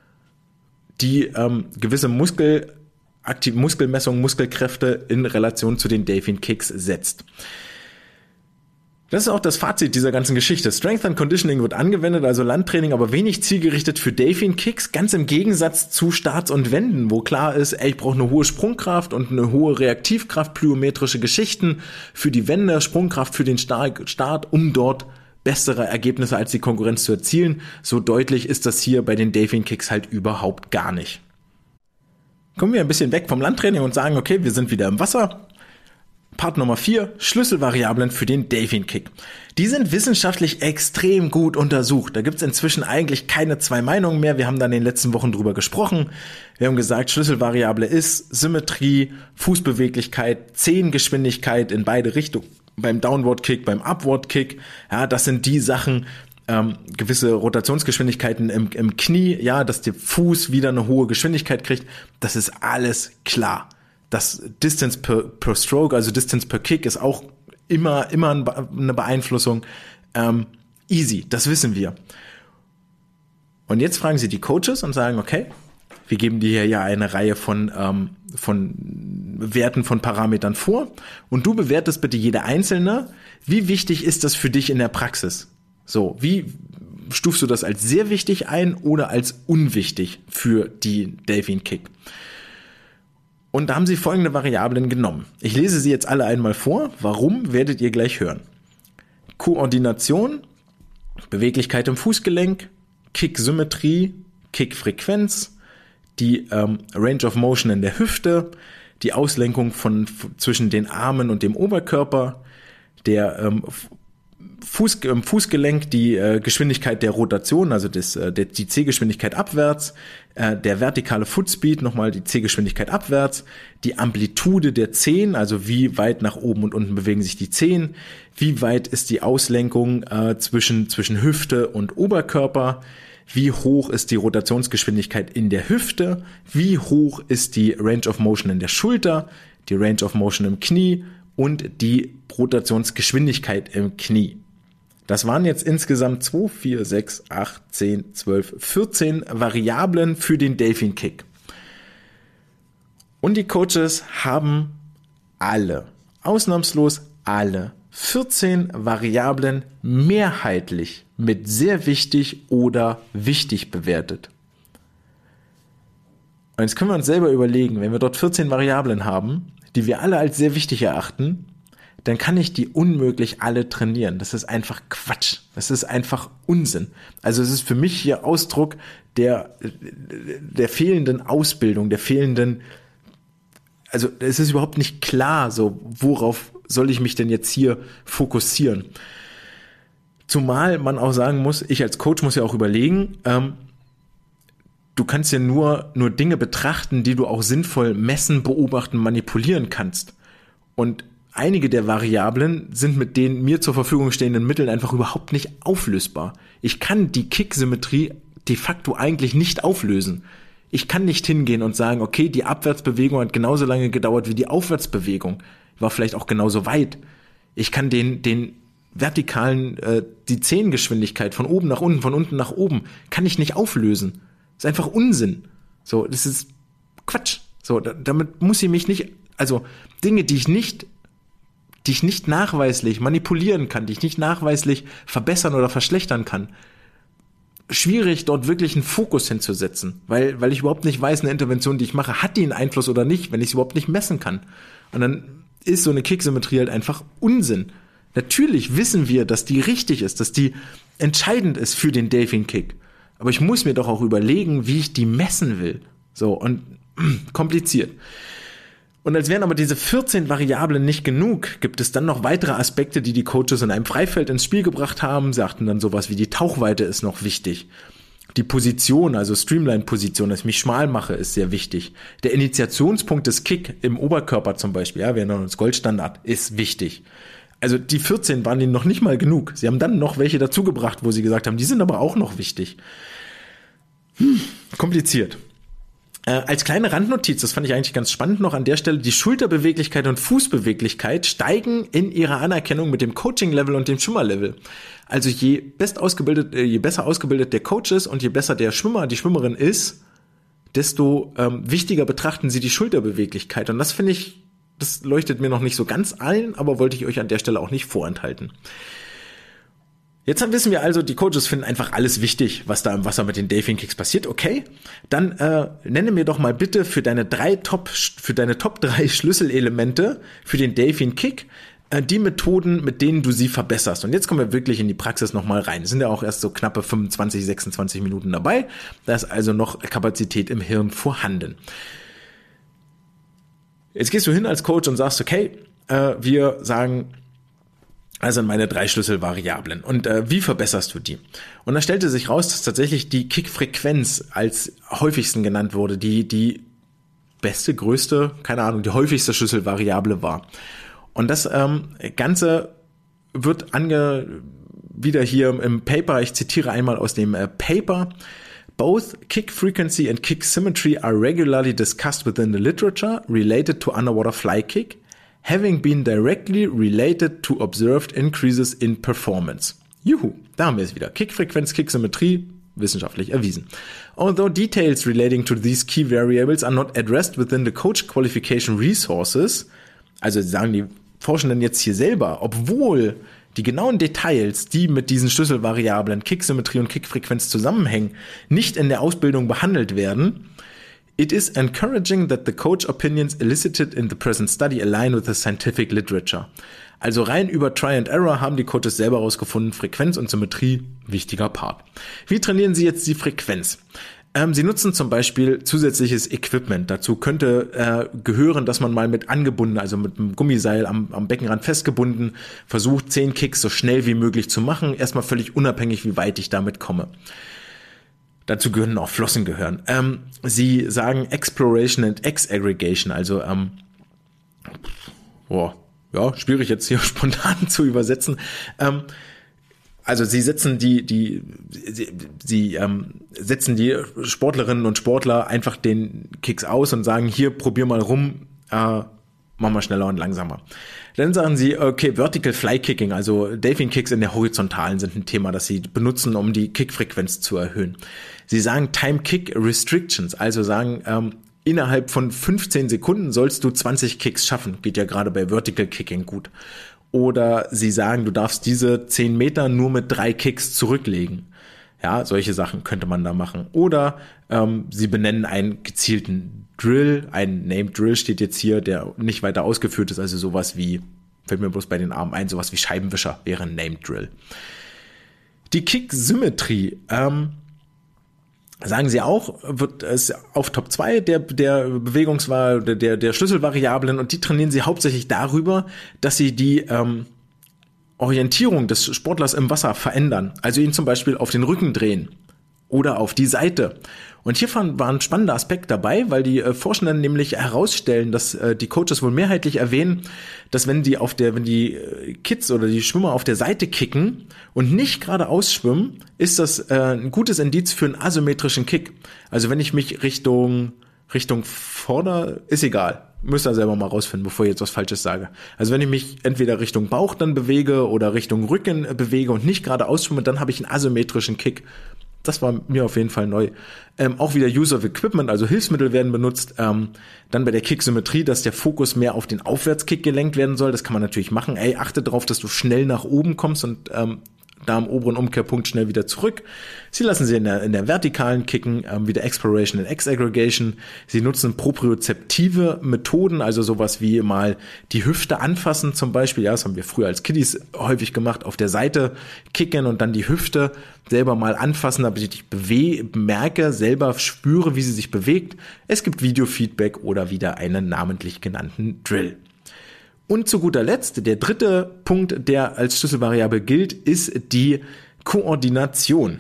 die ähm, gewisse Muskel, aktive Muskelmessungen, Muskelkräfte in Relation zu den Delfin Kicks setzt. Das ist auch das Fazit dieser ganzen Geschichte. Strength and Conditioning wird angewendet, also Landtraining, aber wenig zielgerichtet für Delfin Kicks, ganz im Gegensatz zu Starts und Wenden, wo klar ist, ey, ich brauche eine hohe Sprungkraft und eine hohe Reaktivkraft, plyometrische Geschichten für die Wende, Sprungkraft für den Start, um dort bessere Ergebnisse als die Konkurrenz zu erzielen. So deutlich ist das hier bei den Delfin Kicks halt überhaupt gar nicht. Kommen wir ein bisschen weg vom Landtraining und sagen, okay, wir sind wieder im Wasser. Part Nummer vier, Schlüsselvariablen für den Delfin Kick. Die sind wissenschaftlich extrem gut untersucht. Da gibt's inzwischen eigentlich keine zwei Meinungen mehr. Wir haben da in den letzten Wochen drüber gesprochen. Wir haben gesagt, Schlüsselvariable ist Symmetrie, Fußbeweglichkeit, Zehengeschwindigkeit in beide Richtungen. Beim Downward Kick, beim Upward Kick. Ja, das sind die Sachen, ähm, gewisse Rotationsgeschwindigkeiten im, im Knie. Ja, dass der Fuß wieder eine hohe Geschwindigkeit kriegt. Das ist alles klar. Das Distance per, per Stroke, also Distance per Kick, ist auch immer, immer eine Beeinflussung. Ähm, easy, das wissen wir. Und jetzt fragen Sie die Coaches und sagen, okay, wir geben dir hier ja eine Reihe von, ähm, von Werten, von Parametern vor und du bewertest bitte jede einzelne. Wie wichtig ist das für dich in der Praxis? So, wie stufst du das als sehr wichtig ein oder als unwichtig für die Delfin Kick? Und da haben sie folgende Variablen genommen. Ich lese sie jetzt alle einmal vor. Warum, werdet ihr gleich hören. Koordination, Beweglichkeit im Fußgelenk, Kick-Symmetrie, Kick-Frequenz, die ähm, Range of Motion in der Hüfte, die Auslenkung von f- zwischen den Armen und dem Oberkörper, der ähm, Fuß, im Fußgelenk die äh, Geschwindigkeit der Rotation, also das, äh, der, die C-Geschwindigkeit abwärts, äh, der vertikale Footspeed, nochmal die C-Geschwindigkeit abwärts, die Amplitude der Zehen, also wie weit nach oben und unten bewegen sich die Zehen, wie weit ist die Auslenkung äh, zwischen, zwischen Hüfte und Oberkörper, wie hoch ist die Rotationsgeschwindigkeit in der Hüfte, wie hoch ist die Range of Motion in der Schulter, die Range of Motion im Knie und die Rotationsgeschwindigkeit im Knie. Das waren jetzt insgesamt zwei, vier, sechs, acht, zehn, zwölf, vierzehn Variablen für den Delfin Kick. Und die Coaches haben alle, ausnahmslos alle, vierzehn Variablen mehrheitlich mit sehr wichtig oder wichtig bewertet. Und jetzt können wir uns selber überlegen, wenn wir dort vierzehn Variablen haben, die wir alle als sehr wichtig erachten, dann kann ich die unmöglich alle trainieren. Das ist einfach Quatsch. Das ist einfach Unsinn. Also es ist für mich hier Ausdruck der, der fehlenden Ausbildung, der fehlenden, also es ist überhaupt nicht klar, so worauf soll ich mich denn jetzt hier fokussieren. Zumal man auch sagen muss, ich als Coach muss ja auch überlegen, ähm, du kannst ja nur, nur Dinge betrachten, die du auch sinnvoll messen, beobachten, manipulieren kannst. Und einige der Variablen sind mit den mir zur Verfügung stehenden Mitteln einfach überhaupt nicht auflösbar. Ich kann die Kicksymmetrie de facto eigentlich nicht auflösen. Ich kann nicht hingehen und sagen, okay, die Abwärtsbewegung hat genauso lange gedauert wie die Aufwärtsbewegung. War vielleicht auch genauso weit. Ich kann den, den vertikalen, äh, die Zehengeschwindigkeit von oben nach unten, von unten nach oben, kann ich nicht auflösen. Das ist einfach Unsinn. So, das ist Quatsch. So, da, damit muss ich mich nicht, also Dinge, die ich nicht, die ich nicht nachweislich manipulieren kann, die ich nicht nachweislich verbessern oder verschlechtern kann, schwierig, dort wirklich einen Fokus hinzusetzen, weil, weil ich überhaupt nicht weiß, eine Intervention, die ich mache, hat die einen Einfluss oder nicht, wenn ich es überhaupt nicht messen kann. Und dann ist so eine Kicksymmetrie halt einfach Unsinn. Natürlich wissen wir, dass die richtig ist, dass die entscheidend ist für den Delfin Kick. Aber ich muss mir doch auch überlegen, wie ich die messen will. So, und kompliziert. Und als wären aber diese vierzehn Variablen nicht genug, gibt es dann noch weitere Aspekte, die die Coaches in einem Freifeld ins Spiel gebracht haben, sagten dann sowas wie die Tauchweite ist noch wichtig. Die Position, also Streamline-Position, dass ich mich schmal mache, ist sehr wichtig. Der Initiationspunkt des Kick im Oberkörper zum Beispiel, ja, wir nennen uns Goldstandard, ist wichtig. Also die vierzehn waren ihnen noch nicht mal genug. Sie haben dann noch welche dazugebracht, wo sie gesagt haben, die sind aber auch noch wichtig. Hm, kompliziert. Äh, als kleine Randnotiz, das fand ich eigentlich ganz spannend noch an der Stelle, die Schulterbeweglichkeit und Fußbeweglichkeit steigen in ihrer Anerkennung mit dem Coaching-Level und dem Schwimmer-Level. Also je best ausgebildet, je besser ausgebildet der Coach ist und je besser der Schwimmer, die Schwimmerin ist, desto ähm, wichtiger betrachten sie die Schulterbeweglichkeit. Und das finde ich, das leuchtet mir noch nicht so ganz ein, aber wollte ich euch an der Stelle auch nicht vorenthalten. Jetzt wissen wir also, die Coaches finden einfach alles wichtig, was da im Wasser mit den Delfin Kicks passiert. Okay, dann äh, nenne mir doch mal bitte für deine drei Top, für deine Top drei Schlüsselelemente für den Delfin Kick äh, die Methoden, mit denen du sie verbesserst. Und jetzt kommen wir wirklich in die Praxis nochmal rein. Es sind ja auch erst so knappe fünfundzwanzig, sechsundzwanzig Minuten dabei. Da ist also noch Kapazität im Hirn vorhanden. Jetzt gehst du hin als Coach und sagst, okay, äh, wir sagen, also meine drei Schlüsselvariablen. Und äh, wie verbesserst du die? Und da stellte sich raus, dass tatsächlich die Kickfrequenz als häufigsten genannt wurde, die die beste, größte, keine Ahnung, die häufigste Schlüsselvariable war. Und das ähm, Ganze wird ange wieder hier im Paper, ich zitiere einmal aus dem äh, Paper, Both kick frequency and kick symmetry are regularly discussed within the literature related to underwater fly kick, having been directly related to observed increases in performance. Juhu, da haben wir es wieder. Kickfrequenz, Kicksymmetrie, wissenschaftlich erwiesen. Although details relating to these key variables are not addressed within the coach qualification resources, also sagen die Forschenden jetzt hier selber, obwohl die genauen Details, die mit diesen Schlüsselvariablen Kicksymmetrie und Kickfrequenz zusammenhängen, nicht in der Ausbildung behandelt werden, it is encouraging that the coach opinions elicited in the present study align with the scientific literature. Also rein über Try and Error haben die Coaches selber herausgefunden, Frequenz und Symmetrie, wichtiger Part. Wie trainieren sie jetzt die Frequenz? Ähm, sie nutzen zum Beispiel zusätzliches Equipment. Dazu könnte äh, gehören, dass man mal mit angebunden, also mit einem Gummiseil am, am Beckenrand festgebunden, versucht, zehn Kicks so schnell wie möglich zu machen. Erstmal völlig unabhängig, wie weit ich damit komme. Dazu gehören auch Flossen gehören. Ähm, sie sagen Exploration and X-Aggregation, also ähm, boah, ja, schwierig jetzt hier spontan zu übersetzen. Ähm, also sie setzen die, die, sie, sie ähm, setzen die Sportlerinnen und Sportler einfach den Kicks aus und sagen, hier, probier mal rum, äh, mach mal schneller und langsamer. Dann sagen sie, okay, Vertical Fly Kicking, also Delfin Kicks in der Horizontalen sind ein Thema, das sie benutzen, um die Kickfrequenz zu erhöhen. Sie sagen Time Kick Restrictions, also sagen, ähm, innerhalb von fünfzehn Sekunden sollst du zwanzig Kicks schaffen. Geht ja gerade bei Vertical Kicking gut. Oder sie sagen, du darfst diese zehn Meter nur mit drei Kicks zurücklegen. Ja, solche Sachen könnte man da machen. Oder ähm, sie benennen einen gezielten Drill. Ein Named Drill steht jetzt hier, der nicht weiter ausgeführt ist. Also sowas wie, fällt mir bloß bei den Armen ein, sowas wie Scheibenwischer wäre ein Named Drill. Die Kick-Symmetrie. Ähm, sagen sie auch, wird es auf Top zwei der, der Bewegungswahl, der, der Schlüsselvariablen, und die trainieren sie hauptsächlich darüber, dass sie die ähm, Orientierung des Sportlers im Wasser verändern. Also ihn zum Beispiel auf den Rücken drehen oder auf die Seite. Und hier war ein spannender Aspekt dabei, weil die äh, Forschenden nämlich herausstellen, dass äh, die Coaches wohl mehrheitlich erwähnen, dass wenn die auf der, wenn die äh, Kids oder die Schwimmer auf der Seite kicken und nicht geradeaus schwimmen, ist das äh, ein gutes Indiz für einen asymmetrischen Kick. Also wenn ich mich Richtung Richtung Vorder, ist egal. Müsst ihr selber mal rausfinden, bevor ich jetzt was Falsches sage. Also wenn ich mich entweder Richtung Bauch dann bewege oder Richtung Rücken bewege und nicht geradeaus schwimme, dann habe ich einen asymmetrischen Kick. Das war mir auf jeden Fall neu. Ähm, auch wieder Use of Equipment, also Hilfsmittel werden benutzt. Ähm, dann bei der Kicksymmetrie, dass der Fokus mehr auf den Aufwärtskick gelenkt werden soll. Das kann man natürlich machen. Ey, achte darauf, dass du schnell nach oben kommst und ähm, da am oberen Umkehrpunkt schnell wieder zurück. Sie lassen sie in der, in der vertikalen kicken, ähm, wieder Exploration and X-Aggregation. Sie nutzen propriozeptive Methoden, also sowas wie mal die Hüfte anfassen zum Beispiel. Ja, das haben wir früher als Kiddies häufig gemacht, auf der Seite kicken und dann die Hüfte selber mal anfassen, damit ich bewe- merke, selber spüre, wie sie sich bewegt. Es gibt Videofeedback oder wieder einen namentlich genannten Drill. Und zu guter Letzt, der dritte Punkt, der als Schlüsselvariable gilt, ist die Koordination.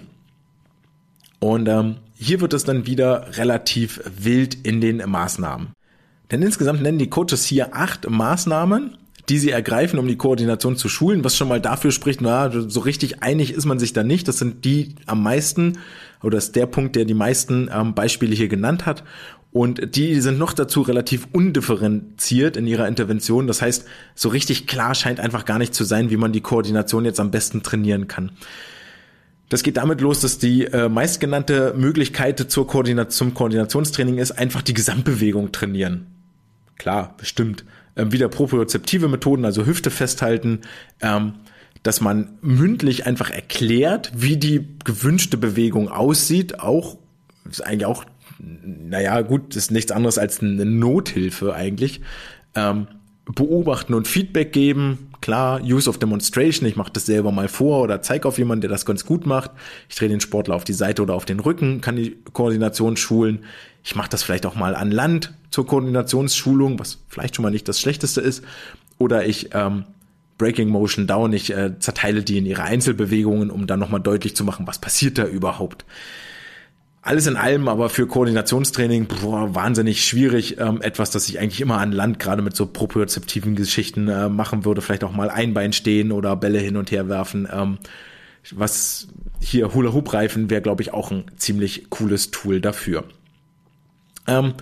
Und ähm, hier wird es dann wieder relativ wild in den Maßnahmen. Denn insgesamt nennen die Coaches hier acht Maßnahmen, die sie ergreifen, um die Koordination zu schulen, was schon mal dafür spricht, na, so richtig einig ist man sich da nicht. Das sind die am meisten, oder das ist der Punkt, der die meisten ähm, Beispiele hier genannt hat. Und die sind noch dazu relativ undifferenziert in ihrer Intervention. Das heißt, so richtig klar scheint einfach gar nicht zu sein, wie man die Koordination jetzt am besten trainieren kann. Das geht damit los, dass die äh, meistgenannte Möglichkeit zur Koordination, zum Koordinationstraining ist, einfach die Gesamtbewegung trainieren. Klar, bestimmt. Ähm, wieder propriozeptive Methoden, also Hüfte festhalten, ähm, dass man mündlich einfach erklärt, wie die gewünschte Bewegung aussieht. Auch, ist eigentlich auch naja, gut, ist nichts anderes als eine Nothilfe eigentlich. Ähm, beobachten und Feedback geben, klar, Use of Demonstration, ich mache das selber mal vor oder zeige auf jemanden, der das ganz gut macht. Ich drehe den Sportler auf die Seite oder auf den Rücken, kann die Koordination schulen. Ich mache das vielleicht auch mal an Land zur Koordinationsschulung, was vielleicht schon mal nicht das Schlechteste ist. Oder ich ähm, Breaking Motion Down, ich äh, zerteile die in ihre Einzelbewegungen, um dann nochmal deutlich zu machen, was passiert da überhaupt. Alles in allem aber für Koordinationstraining boah, wahnsinnig schwierig. Ähm, etwas, das ich eigentlich immer an Land gerade mit so propriozeptiven Geschichten äh, machen würde. Vielleicht auch mal ein Bein stehen oder Bälle hin und her werfen. Ähm, was hier Hula-Hoop-Reifen wäre, glaube ich, auch ein ziemlich cooles Tool dafür. Ähm,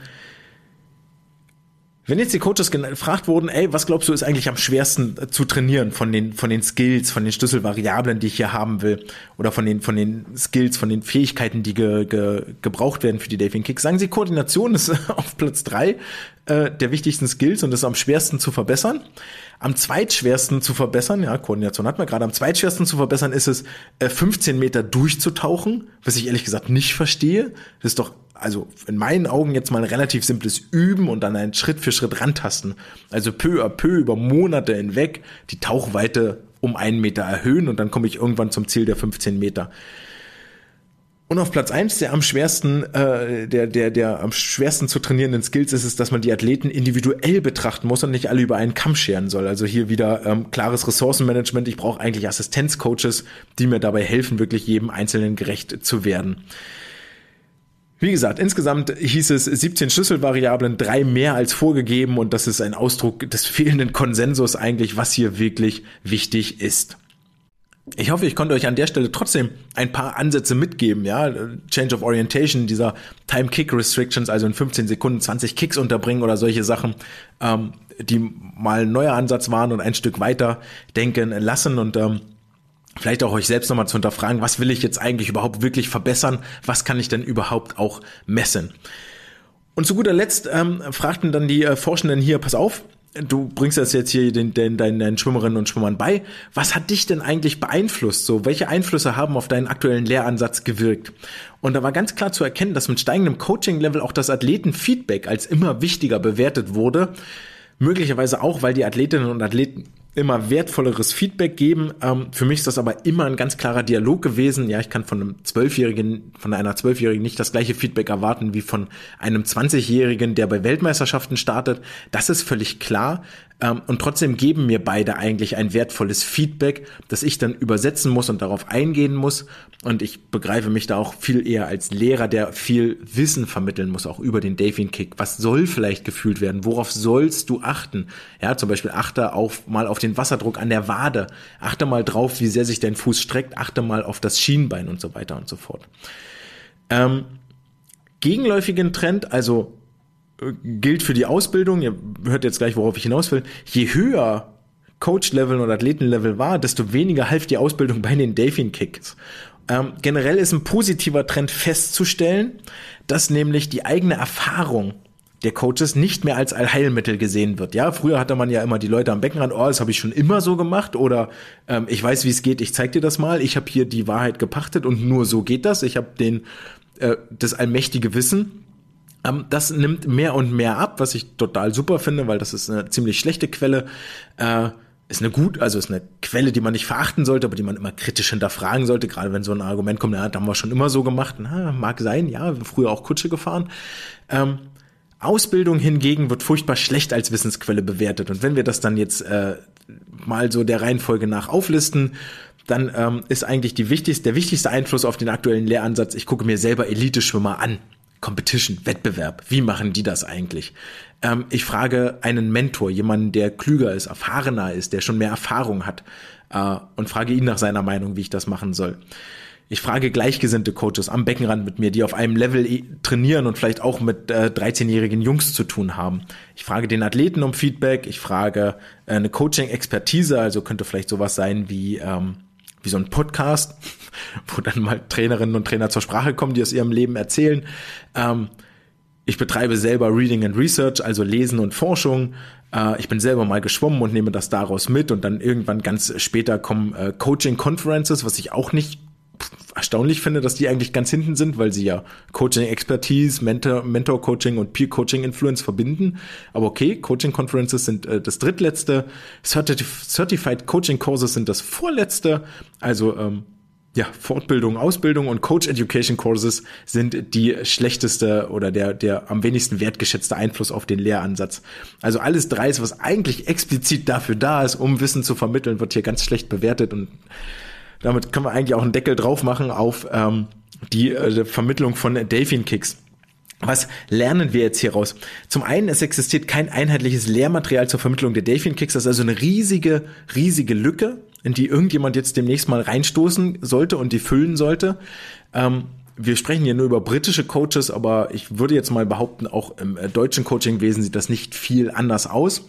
Wenn jetzt die Coaches gefragt wurden, ey, was glaubst du ist eigentlich am schwersten zu trainieren von den von den Skills, von den Schlüsselvariablen, die ich hier haben will, oder von den von den Skills, von den Fähigkeiten, die ge, ge, gebraucht werden für die Delfin Kicks, sagen sie, Koordination ist auf Platz drei äh, der wichtigsten Skills und ist am schwersten zu verbessern. Am zweitschwersten zu verbessern, ja, Koordination hat man gerade, am zweitschwersten zu verbessern ist es, äh, fünfzehn Meter durchzutauchen, was ich ehrlich gesagt nicht verstehe. Das ist doch also in meinen Augen jetzt mal ein relativ simples Üben und dann ein Schritt für Schritt rantasten. Also peu à peu über Monate hinweg die Tauchweite um einen Meter erhöhen und dann komme ich irgendwann zum Ziel der fünfzehn Meter. Und auf Platz eins der am schwersten, äh, der der der am schwersten zu trainierenden Skills ist es, dass man die Athleten individuell betrachten muss und nicht alle über einen Kamm scheren soll. Also hier wieder ähm, klares Ressourcenmanagement. Ich brauche eigentlich Assistenzcoaches, die mir dabei helfen, wirklich jedem Einzelnen gerecht zu werden. Wie gesagt, insgesamt hieß es siebzehn Schlüsselvariablen, drei mehr als vorgegeben und das ist ein Ausdruck des fehlenden Konsensus eigentlich, was hier wirklich wichtig ist. Ich hoffe, ich konnte euch an der Stelle trotzdem ein paar Ansätze mitgeben, ja, Change of Orientation, dieser Time Kick Restrictions, also in fünfzehn Sekunden zwanzig Kicks unterbringen oder solche Sachen, ähm, die mal ein neuer Ansatz waren und ein Stück weiter denken lassen und ähm, vielleicht auch euch selbst nochmal zu hinterfragen, was will ich jetzt eigentlich überhaupt wirklich verbessern? Was kann ich denn überhaupt auch messen? Und zu guter Letzt ähm, fragten dann die äh, Forschenden hier, pass auf, du bringst das jetzt hier den, den, deinen, deinen Schwimmerinnen und Schwimmern bei. Was hat dich denn eigentlich beeinflusst? So, welche Einflüsse haben auf deinen aktuellen Lehransatz gewirkt? Und da war ganz klar zu erkennen, dass mit steigendem Coaching-Level auch das Athletenfeedback als immer wichtiger bewertet wurde. Möglicherweise auch, weil die Athletinnen und Athleten immer wertvolleres Feedback geben. Ähm, für mich ist das aber immer ein ganz klarer Dialog gewesen. Ja, ich kann von einem Zwölfjährigen, von einer Zwölfjährigen nicht das gleiche Feedback erwarten wie von einem zwanzigjährigen, der bei Weltmeisterschaften startet. Das ist völlig klar. Ähm, und trotzdem geben mir beide eigentlich ein wertvolles Feedback, das ich dann übersetzen muss und darauf eingehen muss. Und ich begreife mich da auch viel eher als Lehrer, der viel Wissen vermitteln muss, auch über den Delfin-Kick. Was soll vielleicht gefühlt werden? Worauf sollst du achten? Ja, zum Beispiel achte auf, mal auf den Wasserdruck an der Wade. Achte mal drauf, wie sehr sich dein Fuß streckt. Achte mal auf das Schienbein und so weiter und so fort. Ähm, gegenläufigen Trend, also äh, gilt für die Ausbildung. Ihr hört jetzt gleich, worauf ich hinaus will. Je höher Coach-Level oder Athletenlevel war, desto weniger half die Ausbildung bei den Delfin-Kicks. Ähm, generell ist ein positiver Trend festzustellen, dass nämlich die eigene Erfahrung der Coaches nicht mehr als Allheilmittel gesehen wird. Ja, früher hatte man ja immer die Leute am Beckenrand, oh, das habe ich schon immer so gemacht oder ähm, ich weiß, wie es geht, ich zeig dir das mal, ich habe hier die Wahrheit gepachtet und nur so geht das, ich habe den äh, das allmächtige Wissen. Ähm, das nimmt mehr und mehr ab, was ich total super finde, weil das ist eine ziemlich schlechte Quelle. Äh, Ist eine gut, also ist eine Quelle, die man nicht verachten sollte, aber die man immer kritisch hinterfragen sollte, gerade wenn so ein Argument kommt, ja, das haben wir schon immer so gemacht. Na, mag sein, ja, wir haben früher auch Kutsche gefahren. Ähm, Ausbildung hingegen wird furchtbar schlecht als Wissensquelle bewertet. Und wenn wir das dann jetzt äh, mal so der Reihenfolge nach auflisten, dann ähm, ist eigentlich die wichtigste, der wichtigste Einfluss auf den aktuellen Lehransatz, ich gucke mir selber Elite-Schwimmer an. Competition, Wettbewerb, wie machen die das eigentlich? Ähm, ich frage einen Mentor, jemanden, der klüger ist, erfahrener ist, der schon mehr Erfahrung hat äh, und frage ihn nach seiner Meinung, wie ich das machen soll. Ich frage gleichgesinnte Coaches am Beckenrand mit mir, die auf einem Level trainieren und vielleicht auch mit äh, dreizehnjährigen Jungs zu tun haben. Ich frage den Athleten um Feedback, ich frage äh, eine Coaching-Expertise, also könnte vielleicht sowas sein wie ähm, wie so ein Podcast, wo dann mal Trainerinnen und Trainer zur Sprache kommen, die aus ihrem Leben erzählen. Ähm, ich betreibe selber Reading and Research, also Lesen und Forschung. Äh, ich bin selber mal geschwommen und nehme das daraus mit und dann irgendwann ganz später kommen äh, Coaching Conferences, was ich auch nicht erstaunlich finde, dass die eigentlich ganz hinten sind, weil sie ja Coaching-Expertise, Mentor, Mentor-Coaching und Peer-Coaching-Influence verbinden. Aber okay, Coaching-Conferences sind äh, das drittletzte, Certif- Certified Coaching-Courses sind das vorletzte, also ähm, ja, Fortbildung, Ausbildung und Coach-Education-Courses sind die schlechteste oder der der am wenigsten wertgeschätzte Einfluss auf den Lehransatz. Also alles drei ist, was eigentlich explizit dafür da ist, um Wissen zu vermitteln, wird hier ganz schlecht bewertet und damit können wir eigentlich auch einen Deckel drauf machen auf ähm, die äh, Vermittlung von Delfin-Kicks. Was lernen wir jetzt hier raus? Zum einen, es existiert kein einheitliches Lehrmaterial zur Vermittlung der Delfin-Kicks. Das ist also eine riesige, riesige Lücke, in die irgendjemand jetzt demnächst mal reinstoßen sollte und die füllen sollte. Ähm, wir sprechen hier nur über britische Coaches, aber ich würde jetzt mal behaupten, auch im äh, deutschen Coachingwesen sieht das nicht viel anders aus.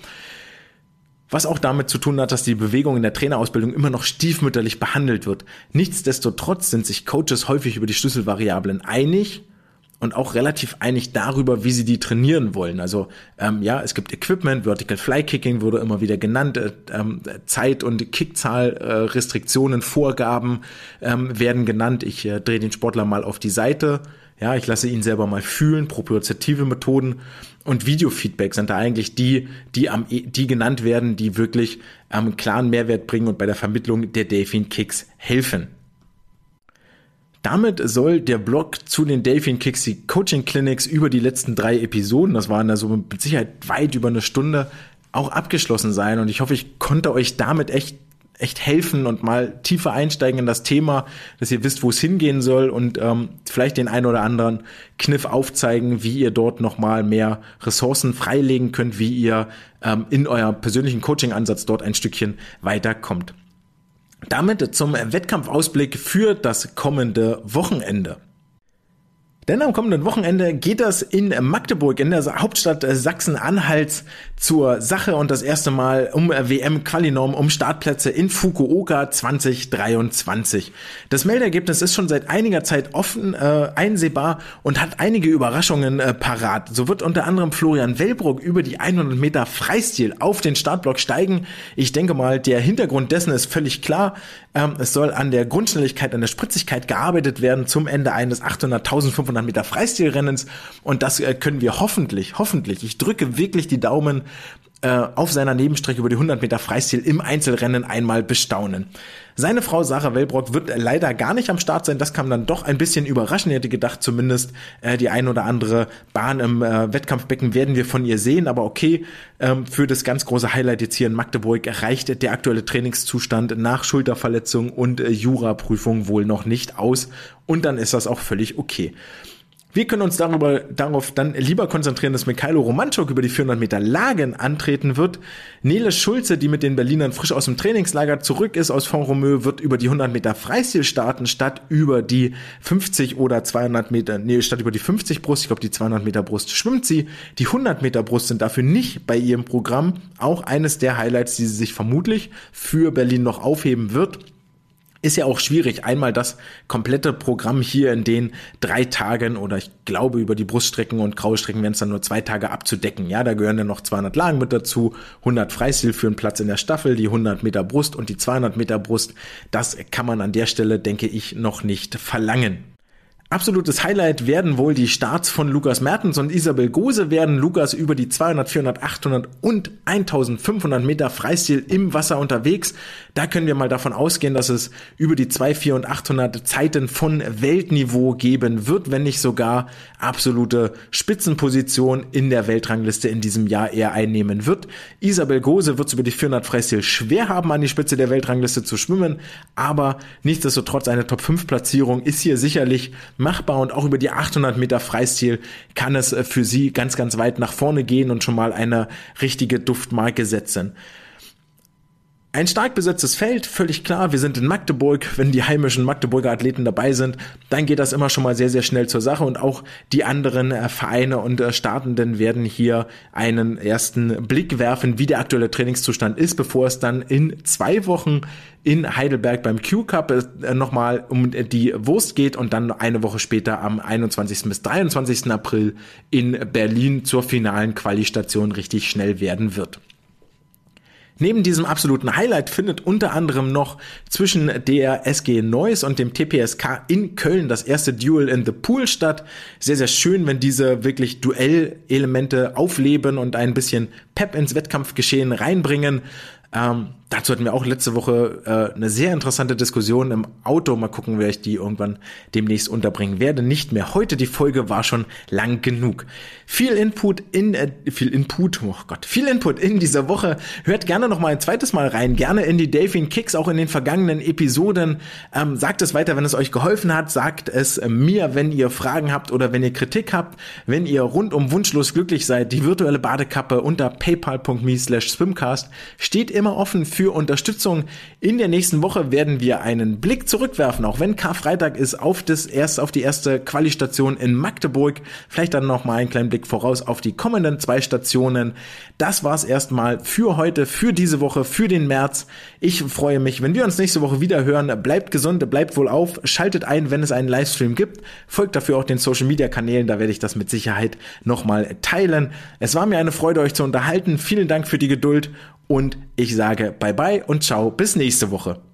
Was auch damit zu tun hat, dass die Bewegung in der Trainerausbildung immer noch stiefmütterlich behandelt wird. Nichtsdestotrotz sind sich Coaches häufig über die Schlüsselvariablen einig und auch relativ einig darüber, wie sie die trainieren wollen. Also ähm, ja, es gibt Equipment, Vertical Fly Kicking wurde immer wieder genannt, äh, ähm, Zeit- und Kickzahl, äh, Restriktionen, Vorgaben ähm, werden genannt. Ich äh, drehe den Sportler mal auf die Seite. Ja, ich lasse ihn selber mal fühlen, propriozeptive Methoden und Videofeedback sind da eigentlich die, die am, die genannt werden, die wirklich ähm, klaren Mehrwert bringen und bei der Vermittlung der Delfin-Kicks helfen. Damit soll der Blog zu den Delfin-Kicks, die Coaching Clinics über die letzten drei Episoden, das waren also mit Sicherheit weit über eine Stunde, auch abgeschlossen sein und ich hoffe, ich konnte euch damit echt echt helfen und mal tiefer einsteigen in das Thema, dass ihr wisst, wo es hingehen soll und ähm, vielleicht den einen oder anderen Kniff aufzeigen, wie ihr dort nochmal mehr Ressourcen freilegen könnt, wie ihr ähm, in eurem persönlichen Coaching-Ansatz dort ein Stückchen weiterkommt. Damit zum Wettkampfausblick für das kommende Wochenende. Denn am kommenden Wochenende geht es in Magdeburg, in der Hauptstadt Sachsen-Anhalts, zur Sache und das erste Mal um W M-Qualinorm, um Startplätze in Fukuoka zwanzig dreiundzwanzig. Das Meldeergebnis ist schon seit einiger Zeit offen äh, einsehbar und hat einige Überraschungen äh, parat. So wird unter anderem Florian Wellbrock über die hundert Meter Freistil auf den Startblock steigen. Ich denke mal, der Hintergrund dessen ist völlig klar. Ähm, es soll an der Grundschnelligkeit, an der Spritzigkeit gearbeitet werden zum Ende eines achthundert, eintausendfünfhundert Meter Freistilrennens und das äh, können wir hoffentlich, hoffentlich, ich drücke wirklich die Daumen, auf seiner Nebenstrecke über die hundert Meter Freistil im Einzelrennen einmal bestaunen. Seine Frau Sarah Wellbrock wird leider gar nicht am Start sein. Das kam dann doch ein bisschen überraschend. Ich hätte gedacht, zumindest äh, die ein oder andere Bahn im äh, Wettkampfbecken werden wir von ihr sehen. Aber okay, ähm, für das ganz große Highlight jetzt hier in Magdeburg reicht der aktuelle Trainingszustand nach Schulterverletzung und äh, Juraprüfung wohl noch nicht aus. Und dann ist das auch völlig okay. Wir können uns darüber, darauf dann lieber konzentrieren, dass Mikhailo Romanchuk über die vierhundert Meter Lagen antreten wird. Nele Schulze, die mit den Berlinern frisch aus dem Trainingslager zurück ist aus Font-Romeu, wird über die hundert Meter Freistil starten, statt über die fünfzig oder zweihundert Meter, nee, statt über die fünfzig Brust, ich glaube die zweihundert Meter Brust schwimmt sie. Die hundert Meter Brust sind dafür nicht bei ihrem Programm. Auch eines der Highlights, die sie sich vermutlich für Berlin noch aufheben wird. Ist ja auch schwierig, einmal das komplette Programm hier in den drei Tagen oder ich glaube über die Bruststrecken und Kraulstrecken werden es dann nur zwei Tage abzudecken. Ja, da gehören dann noch zweihundert Lagen mit dazu, hundert Freistil für einen Platz in der Staffel, die hundert Meter Brust und die zweihundert Meter Brust. Das kann man an der Stelle, denke ich, noch nicht verlangen. Absolutes Highlight werden wohl die Starts von Lukas Mertens und Isabel Gose werden. Lukas über die zweihundert, vierhundert, achthundert und eintausendfünfhundert Meter Freistil im Wasser unterwegs. Da können wir mal davon ausgehen, dass es über die zweihundert, vierhundert, achthundert Zeiten von Weltniveau geben wird, wenn nicht sogar absolute Spitzenposition in der Weltrangliste in diesem Jahr eher einnehmen wird. Isabel Gose wird es über die vierhundert Freistil schwer haben, an die Spitze der Weltrangliste zu schwimmen, aber nichtsdestotrotz eine Top fünf Platzierung ist hier sicherlich machbar und auch über die achthundert Meter Freistil kann es für sie ganz, ganz weit nach vorne gehen und schon mal eine richtige Duftmarke setzen. Ein stark besetztes Feld, völlig klar, wir sind in Magdeburg, wenn die heimischen Magdeburger Athleten dabei sind, dann geht das immer schon mal sehr, sehr schnell zur Sache und auch die anderen äh, Vereine und äh, Startenden werden hier einen ersten Blick werfen, wie der aktuelle Trainingszustand ist, bevor es dann in zwei Wochen in Heidelberg beim Q-Cup äh, nochmal um die Wurst geht und dann eine Woche später am einundzwanzigsten bis dreiundzwanzigsten April in Berlin zur finalen Quali-Station richtig schnell werden wird. Neben diesem absoluten Highlight findet unter anderem noch zwischen der S G Neuss und dem T P S K in Köln das erste Duel in the Pool statt. Sehr, sehr schön, wenn diese wirklich Duellelemente aufleben und ein bisschen Pep ins Wettkampfgeschehen reinbringen. Ähm, dazu hatten wir auch letzte Woche äh, eine sehr interessante Diskussion im Auto. Mal gucken, wer ich die irgendwann demnächst unterbringen werde. Nicht mehr heute, die Folge war schon lang genug. Viel Input in, äh, viel Input, oh Gott, viel Input in dieser Woche. Hört gerne noch mal ein zweites Mal rein, gerne in die Delfin Kicks, auch in den vergangenen Episoden. Ähm, sagt es weiter, wenn es euch geholfen hat. Sagt es äh, mir, wenn ihr Fragen habt oder wenn ihr Kritik habt. Wenn ihr rundum wunschlos glücklich seid, die virtuelle Badekappe unter paypal.me slash swimcast steht immer offen für Unterstützung. In der nächsten Woche werden wir einen Blick zurückwerfen, auch wenn Karfreitag ist, auf das erst auf die erste Quali-Station in Magdeburg. Vielleicht dann noch mal einen kleinen Blick voraus auf die kommenden zwei Stationen. Das war's erstmal für heute, für diese Woche, für den März. Ich freue mich, wenn wir uns nächste Woche wieder hören. Bleibt gesund, bleibt wohlauf, schaltet ein, wenn es einen Livestream gibt. Folgt dafür auch den Social-Media-Kanälen, da werde ich das mit Sicherheit nochmal teilen. Es war mir eine Freude, euch zu unterhalten. Vielen Dank für die Geduld und ich sage bye bye und ciao, bis nächste Woche.